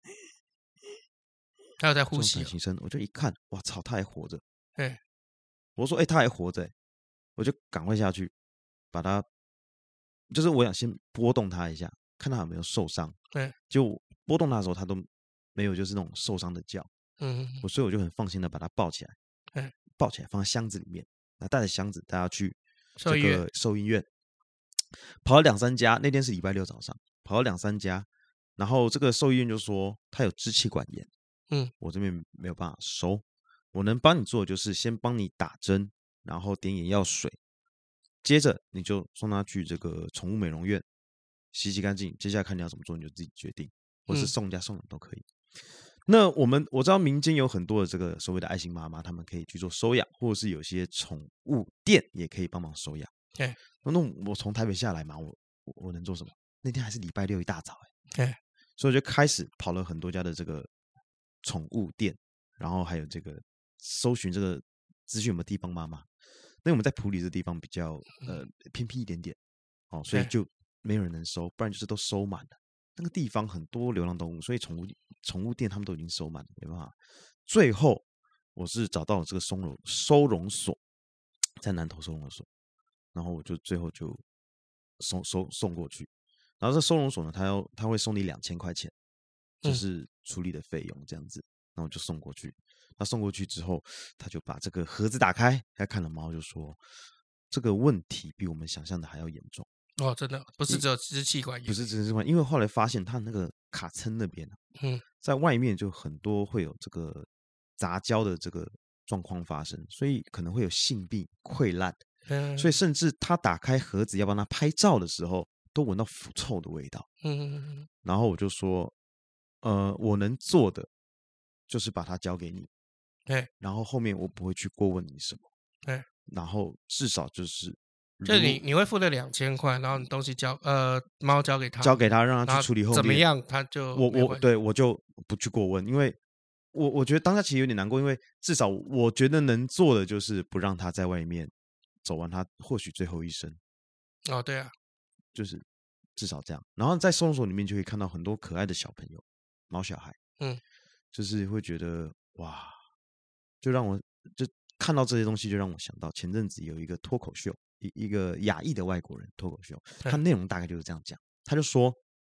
还有在呼吸、 这种短期声，我就一看，哇操，他还活着。 哎， 我说，哎、欸，他还活着、欸，我就赶快下去把他，就是我想先拨动他一下，看他有没有受伤。 对， 就拨动他的时候，他都没有就是那种受伤的叫。 嗯， 我所以我就很放心的把他抱起来， 嗯， 抱起来放在箱子里面，那带着箱子带他去这兽医院个兽医院，跑了两三家，那天是礼拜六早上，跑了两三家，然后这个兽医院就说他有支气管炎， 嗯， 我这边没有办法收，我能帮你做的就是先帮你打针，然后点眼药水，接着你就送他去这个宠物美容院洗洗干净，接下来看你要怎么做你就自己决定，或是送家送人都可以。嗯，那我们我知道民间有很多的这个所谓的爱心妈妈，他们可以去做收养，或者是有些宠物店也可以帮忙收养。 对， 那我从台北下来嘛，我我我能做什么？那天还是礼拜六一大早、欸， 对， 所以我就开始跑了很多家的这个宠物店，然后还有这个搜寻这个资讯有没有地方妈妈。那我们在埔里这地方比较呃偏僻一点点，哦，所以就没有人能收，不然就是都收满了。那个地方很多流浪动物，所以宠物宠物店他们都已经收满了，没办法。最后我是找到了这个收容收容所，在南投收容所，然后我就最后就送送送过去。然后这收容所呢，他要他会送你两千块钱，就是处理的费用这样子。然后我就送过去。他送过去之后，他就把这个盒子打开，他看了猫就说：“这个问题比我们想象的还要严重。” 哦，真的不是只有支气管炎， 不是支气管，因为后来发现他那个卡称那边、啊， 嗯， 在外面就很多会有这个杂交的这个状况发生，所以可能会有性病溃烂， 嗯， 所以甚至他打开盒子要帮他拍照的时候，都闻到腐臭的味道。 嗯， 然后我就说，呃，我能做的就是把它交给你， 对， 然后后面我不会去过问你什么， 对， 然后至少就是。 就你你会付了两千块，然后你东西交呃猫交给他， 交给他让他去处理后面怎么样他就我我对我就不去过问，因为我我觉得当下其实有点难过，因为至少我觉得能做的就是不让他在外面走完他或许最后一生。 哦，对啊， 就是至少这样。然后在收容所里面就可以看到很多可爱的小朋友，毛小孩， 嗯， 就是会觉得哇，就让我就看到这些东西，就让我想到前阵子有一个脱口秀。一一个亚裔的外国人脱口秀，他内容大概就是这样讲，他就说，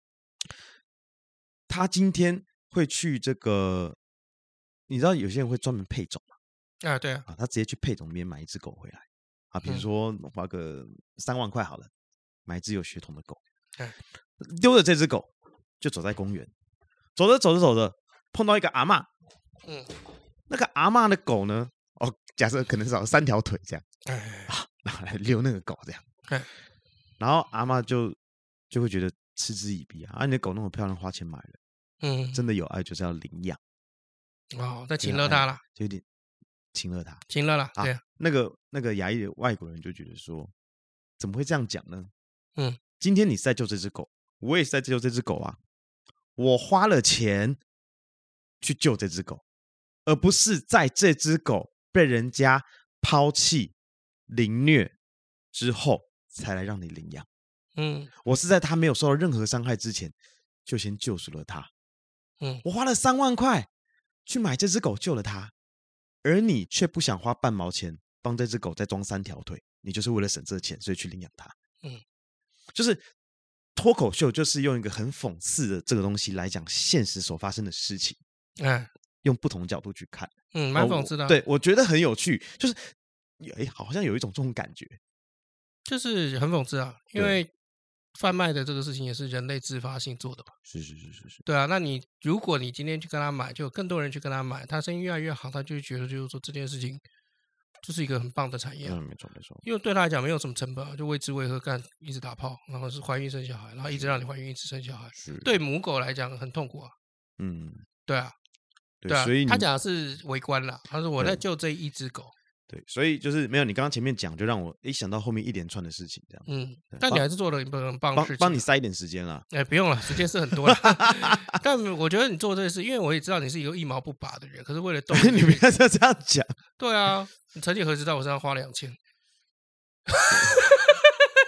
他今天会去这个，你知道有些人会专门配种嘛？ 啊，对啊， 啊，他直接去配种里面买一只狗回来，啊，比如说花个三万块好了，买一只有血统的狗，丢了这只狗就走在公园，走着走着走着碰到一个阿嬷，嗯，那个阿嬷的狗呢，哦，假设可能少了三条腿这样，啊。然后来遛那个狗这样，然后阿嬷就就会觉得嗤之以鼻啊！啊，你的狗那么漂亮，花钱买了，嗯，真的有爱就是要领养， 哦，在情勒他啦， 就有点情勒他， 情勒啦，对、啊， 那个那个亚裔的外国人就觉得说，怎么会这样讲呢？ 嗯， 今天你是在救这只狗，我也是在救这只狗啊，我花了钱去救这只狗，而不是在这只狗被人家抛弃。凌虐之后才来让你领养，嗯，我是在他没有受到任何伤害之前就先救赎了他，嗯，我花了三万块去买这只狗救了他，而你却不想花半毛钱帮这只狗再装三条腿，你就是为了省这钱所以去领养它，嗯，就是脱口秀就是用一个很讽刺的这个东西来讲现实所发生的事情，嗯，用不同角度去看， 嗯，蛮讽刺的、啊， 对，我觉得很有趣，就是。哎，好像有一种这种感觉， 就是很讽刺啊！因为贩卖的这个事情也是人类自发性做的嘛。 是是是是是。 对啊，那你如果你今天去跟他买，就有更多人去跟他买，他生意越来越好，他就会觉得就是说这件事情就是一个很棒的产业、啊。 嗯，没错没错。 因为对他来讲没有什么成本、啊，就为吃为喝干，一直打炮，然后是怀孕生小孩，然后一直让你怀孕，一直生小孩。是。对母狗来讲很痛苦啊。嗯，对啊，对, 对啊。 所以他讲的是围观啦，他说我在救这一只狗。 对，所以就是没有你刚刚前面讲，就让我一想到后面一连串的事情，这样。嗯， 但你还是做了很棒的事情， 帮你塞一点时间啦。 哎，不用了，时间是很多了。但我觉得你做这件事，因为我也知道你是一个一毛不拔的人，可是为了动你不要这样讲。 对啊，你曾几何时在我身上花两千？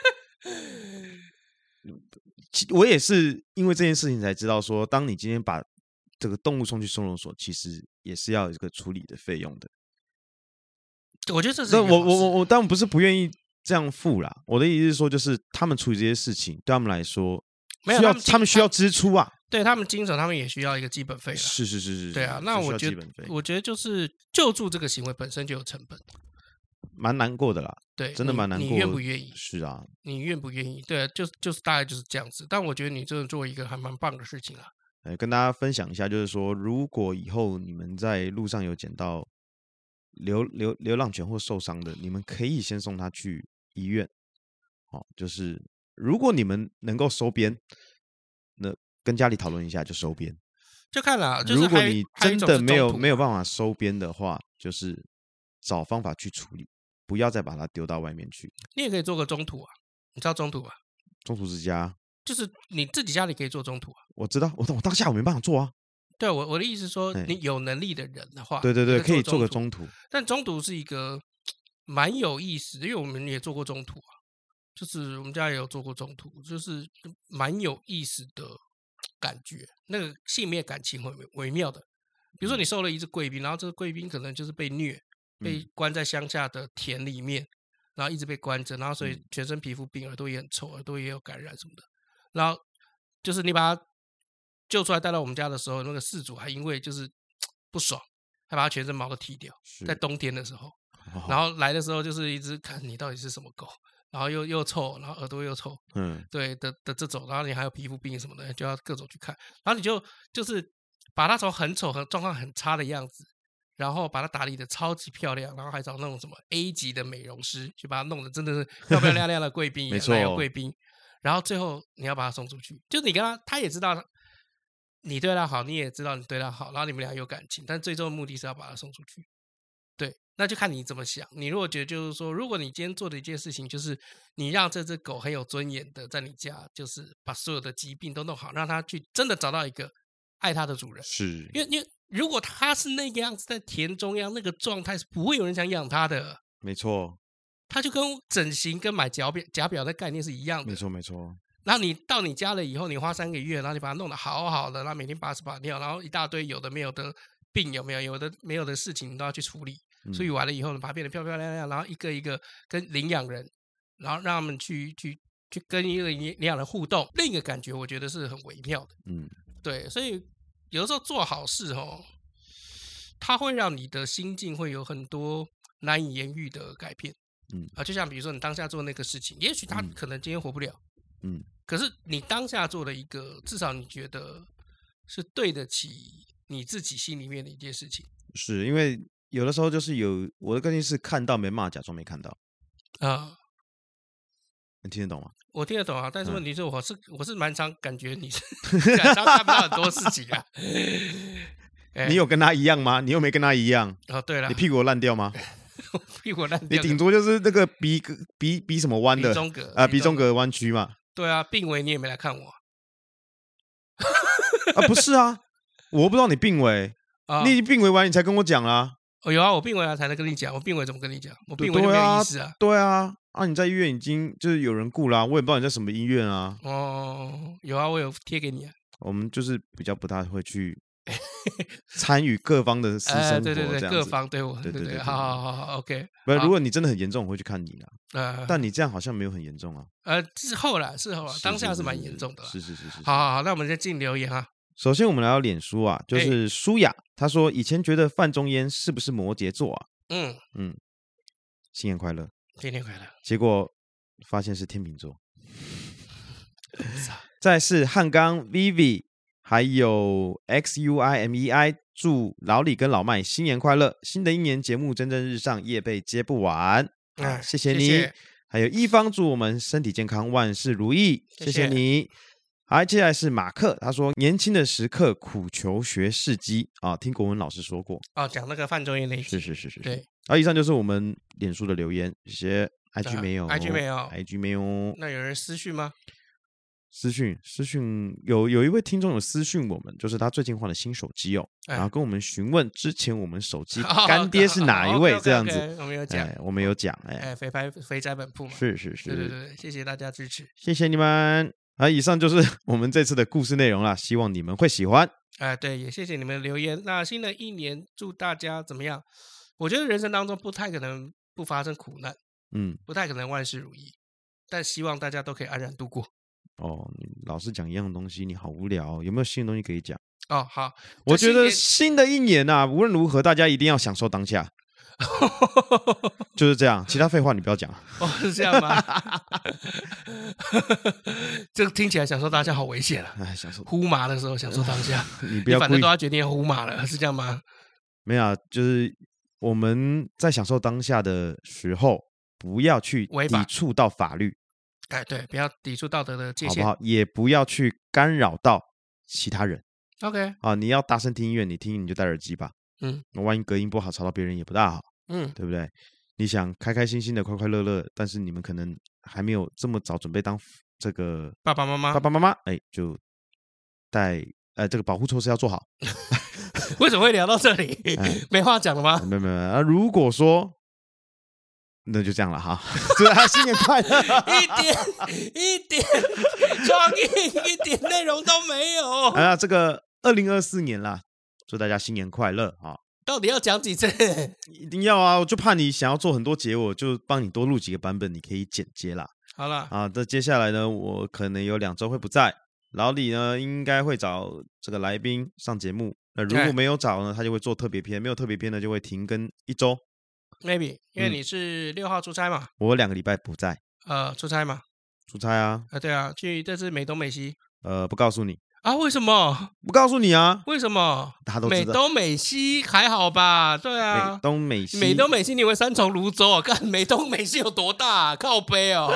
我也是因为这件事情才知道说，当你今天把这个动物送去收容所，其实也是要有这个处理的费用的。 我觉得这是我我我我当然不是不愿意这样付啦，我的意思是说，就是他们处理这些事情，对他们来说， 没有需要他们需要支出啊。 对他们经手，他们也需要一个基本费。 是是是是， 对啊。那我觉得，我觉得就是救助这个行为本身就有成本， 蛮难过的啦。 对， 真的蛮难过的。 你愿不愿意？ 是啊， 你愿不愿意？对啊，就就是大概就是这样子。但我觉得你真的做一个还蛮棒的事情啊。 哎，跟大家分享一下，就是说，如果以后你们在路上有捡到流流流浪犬或受伤的，你们可以先送他去医院。好、哦，就是如果你们能够收编，那跟家里讨论一下就收编。 就看了，就是、 如果你真的没有没有办法收编的话，就是找方法去处理，不要再把它丢到外面去。 你也可以做个中途啊，你知道中途吧？ 中途之家就是你自己家里可以做中途啊。 我知道，我我当下我没办法做啊。 对，我我的意思是说，你有能力的人的话， 对对对，可以做个中途。 但中途是一个蛮有意思的，因为我们也做过中途啊，就是我们家也有做过中途，就是蛮有意思的感觉，那个性面感情很微妙的。比如说你收了一只贵宾，然后这个贵宾可能就是被虐，被关在乡下的田里面，然后一直被关着，然后所以全身皮肤病，耳朵也很臭，耳朵也有感染什么的。然后就是你把它救出来带到我们家的时候，那个饲主还因为就是不爽，还把它全身毛都剃掉，在冬天的时候，然后来的时候就是一直看你到底是什么狗，然后又又臭，然后耳朵又臭，嗯，对的的这种，然后你还有皮肤病什么的，就要各种去看，然后你就就是把它从很丑、很状况很差的样子，然后把它打理的超级漂亮，然后还找那种什么 A 级的美容师去把它弄得真的是漂漂亮亮的贵宾，没错，奶油贵宾，然后最后你要把它送出去，就你跟他，他也知道你对他好，你也知道你对他好，然后你们俩有感情，但最终的目的是要把他送出去。对，那就看你怎么想。你如果觉得就是说，如果你今天做的一件事情，就是你让这只狗很有尊严的在你家，就是把所有的疾病都弄好，让它去真的找到一个爱它的主人。 是， 因为因为如果它是那个样子在田中央那个状态，是不会有人想养它的。 没错， 它就跟整形跟买假表假表的概念是一样的。 没错没错。 然后你到你家了以后，你花三个月，然后你把它弄得好好的，然后每天把屎把尿，然后一大堆有的没有的病有没有，有的没有的事情你都要去处理。处理完了以后，你把它变得漂漂亮亮，然后一个一个跟领养人，然后让他们去去去跟一个领养人互动，另一个感觉我觉得是很微妙的。嗯，对，所以有的时候做好事哦，它会让你的心境会有很多难以言喻的改变。嗯啊，就像比如说你当下做那个事情，也许他可能今天活不了。嗯。可是你当下做的一个，至少你觉得是对得起你自己心里面的一件事情。 是因为有的时候就是有我的个性是看到没办法假装没看到啊、呃，你听得懂吗？ 我听得懂啊，但是问题是我是、嗯、我是蛮常感觉你是感常看不到很多事情啊。 你有跟他一样吗？你又没跟他一样哦。对了， 你屁股烂掉吗？ 屁股烂掉， 你顶多就是那个鼻鼻鼻什么弯的鼻中隔啊，鼻中隔弯曲嘛。 对啊，病危你也没来看我啊？不是啊，我不知道你病危、啊，你病危完你才跟我讲啦。 哦，有啊，我病危了才能跟你讲，我病危怎么跟你讲？我病危就没有意思啊。 对啊，啊，你在医院已经就是有人顾啦、啊，我也不知道你在什么医院啊。 哦，有啊，我有贴给你啊。 我们就是比较不太会去参与各方的私生活、呃， 对对对，各方对我， 对对 对, 对， 好好好好 ，OK。 不是，如果你真的很严重，我会去看你啦。 呃， 但你这样好像没有很严重啊。 呃，事后啦，事后啦，当下是蛮严重的啦。 是是是 是, 是, 是。 好好好，那我们再进留言哈。 首先我们来到脸书啊，就是舒雅，他说以前觉得范仲淹是不是摩羯座啊？嗯嗯，新年快乐， 新年快乐。 结果发现是天秤座。再是汉刚 Vivi。还有 X U I M E I， 祝老李跟老麦新年快乐！新的一年节目蒸蒸日上，业被接不完、啊、谢谢你。谢谢还有一方祝我们身体健康，万事如意，谢谢, 谢谢你。好，接下来是马克，他说年轻的时刻苦求学事迹啊，听国文老师说过哦，讲那个范仲淹那一集，是是是是， 对。 好，以上就是我们脸书的留言，谢谢。I G 没有 ，I G 没有 ，I G 没有。 那有人私讯吗？ 私讯私讯有有一位听众有私讯我们，就是他最近换了新手机哦，哎、然后跟我们询问之前我们手机干爹是哪一位、哦、这样子， okay, okay, 我们有讲、 哎，我们有讲，哎， 哎肥拍肥宅本铺嘛， 是是是， 对对对，谢谢大家支持， 谢谢你们。好，以上就是我们这次的故事内容啦，希望你们会喜欢。 哎、呃，对，也谢谢你们的留言。那新的一年祝大家怎么样？我觉得人生当中不太可能不发生苦难， 嗯， 不太可能万事如意，但希望大家都可以安然度过。 哦，你老是讲一样的东西，你好无聊。有没有新的东西可以讲？ 哦，好， 我觉得新的一年啊，无论如何，大家一定要享受当下。就是这样，其他废话你不要讲。 哦，是这样吗？这个听起来享受当下好危险啊！ 哎，享受呼麻的时候享受当下， 你不要你反正都要决定要呼麻了，是这样吗？ 没有啊，就是我们在享受当下的时候，不要去抵触到法律。 哎，对，不要抵触道德的界限， 好不好？也不要去干扰到其他人。 OK， 啊，你要大声听音乐，你听你就戴耳机吧。 嗯， 万一隔音不好，吵到别人也不大好。 嗯， 对不对？你想开开心心的、快快乐乐，但是你们可能还没有这么早准备当这个爸爸妈妈， 爸爸妈妈，哎，就带呃这个保护措施要做好。 为什么会聊到这里？哎、没话讲了吗？ 没有没有啊！如果说。那就这样了哈，祝大家新年快乐！ 一点一点创意，一点内容都没有。 啊，这个二零二四年啦，祝大家新年快乐啊！ 到底要讲几次？ 一定要啊！我就怕你想要做很多节，我就帮你多录几个版本，你可以剪接啦。 好了啊，这接下来呢，我可能有两周会不在，老李呢应该会找这个来宾上节目。那如果没有找呢，他就会做特别篇；没有特别篇呢，就会停更一周。 Maybe， 因为你是六号出差嘛， 我两个礼拜不在。 呃，出差嘛， 出差啊。 啊，对啊，去这次美东美西。 呃，不告诉你啊？为什么？ 不告诉你啊？ 为什么？ 他都知道。 美东美西还好吧？对啊， 美东美西， 美东美西，你以为三重泸州啊？看美东美西有多大、啊？靠北哦，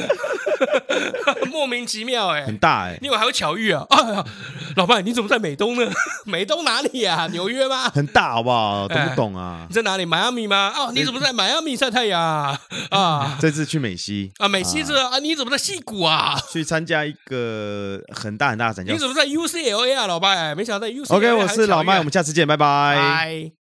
莫名其妙哎、欸， 很大哎、欸， 你以为还会巧遇啊？啊，老板，你怎么在美东呢？美东哪里啊？纽约吗？ 很大好不好？懂不懂啊？ 欸、你在哪里？迈阿密吗？哦，你怎么在迈阿密晒太阳啊？啊， 这次去美西啊，美西是 啊, 啊，你怎么在矽谷啊？ 去参加一个很大很大的展， 你怎么在 U C L A 啊，老板？没想到在 U C L A。 OK， 我是老麦，我们下次见，拜拜。 拜。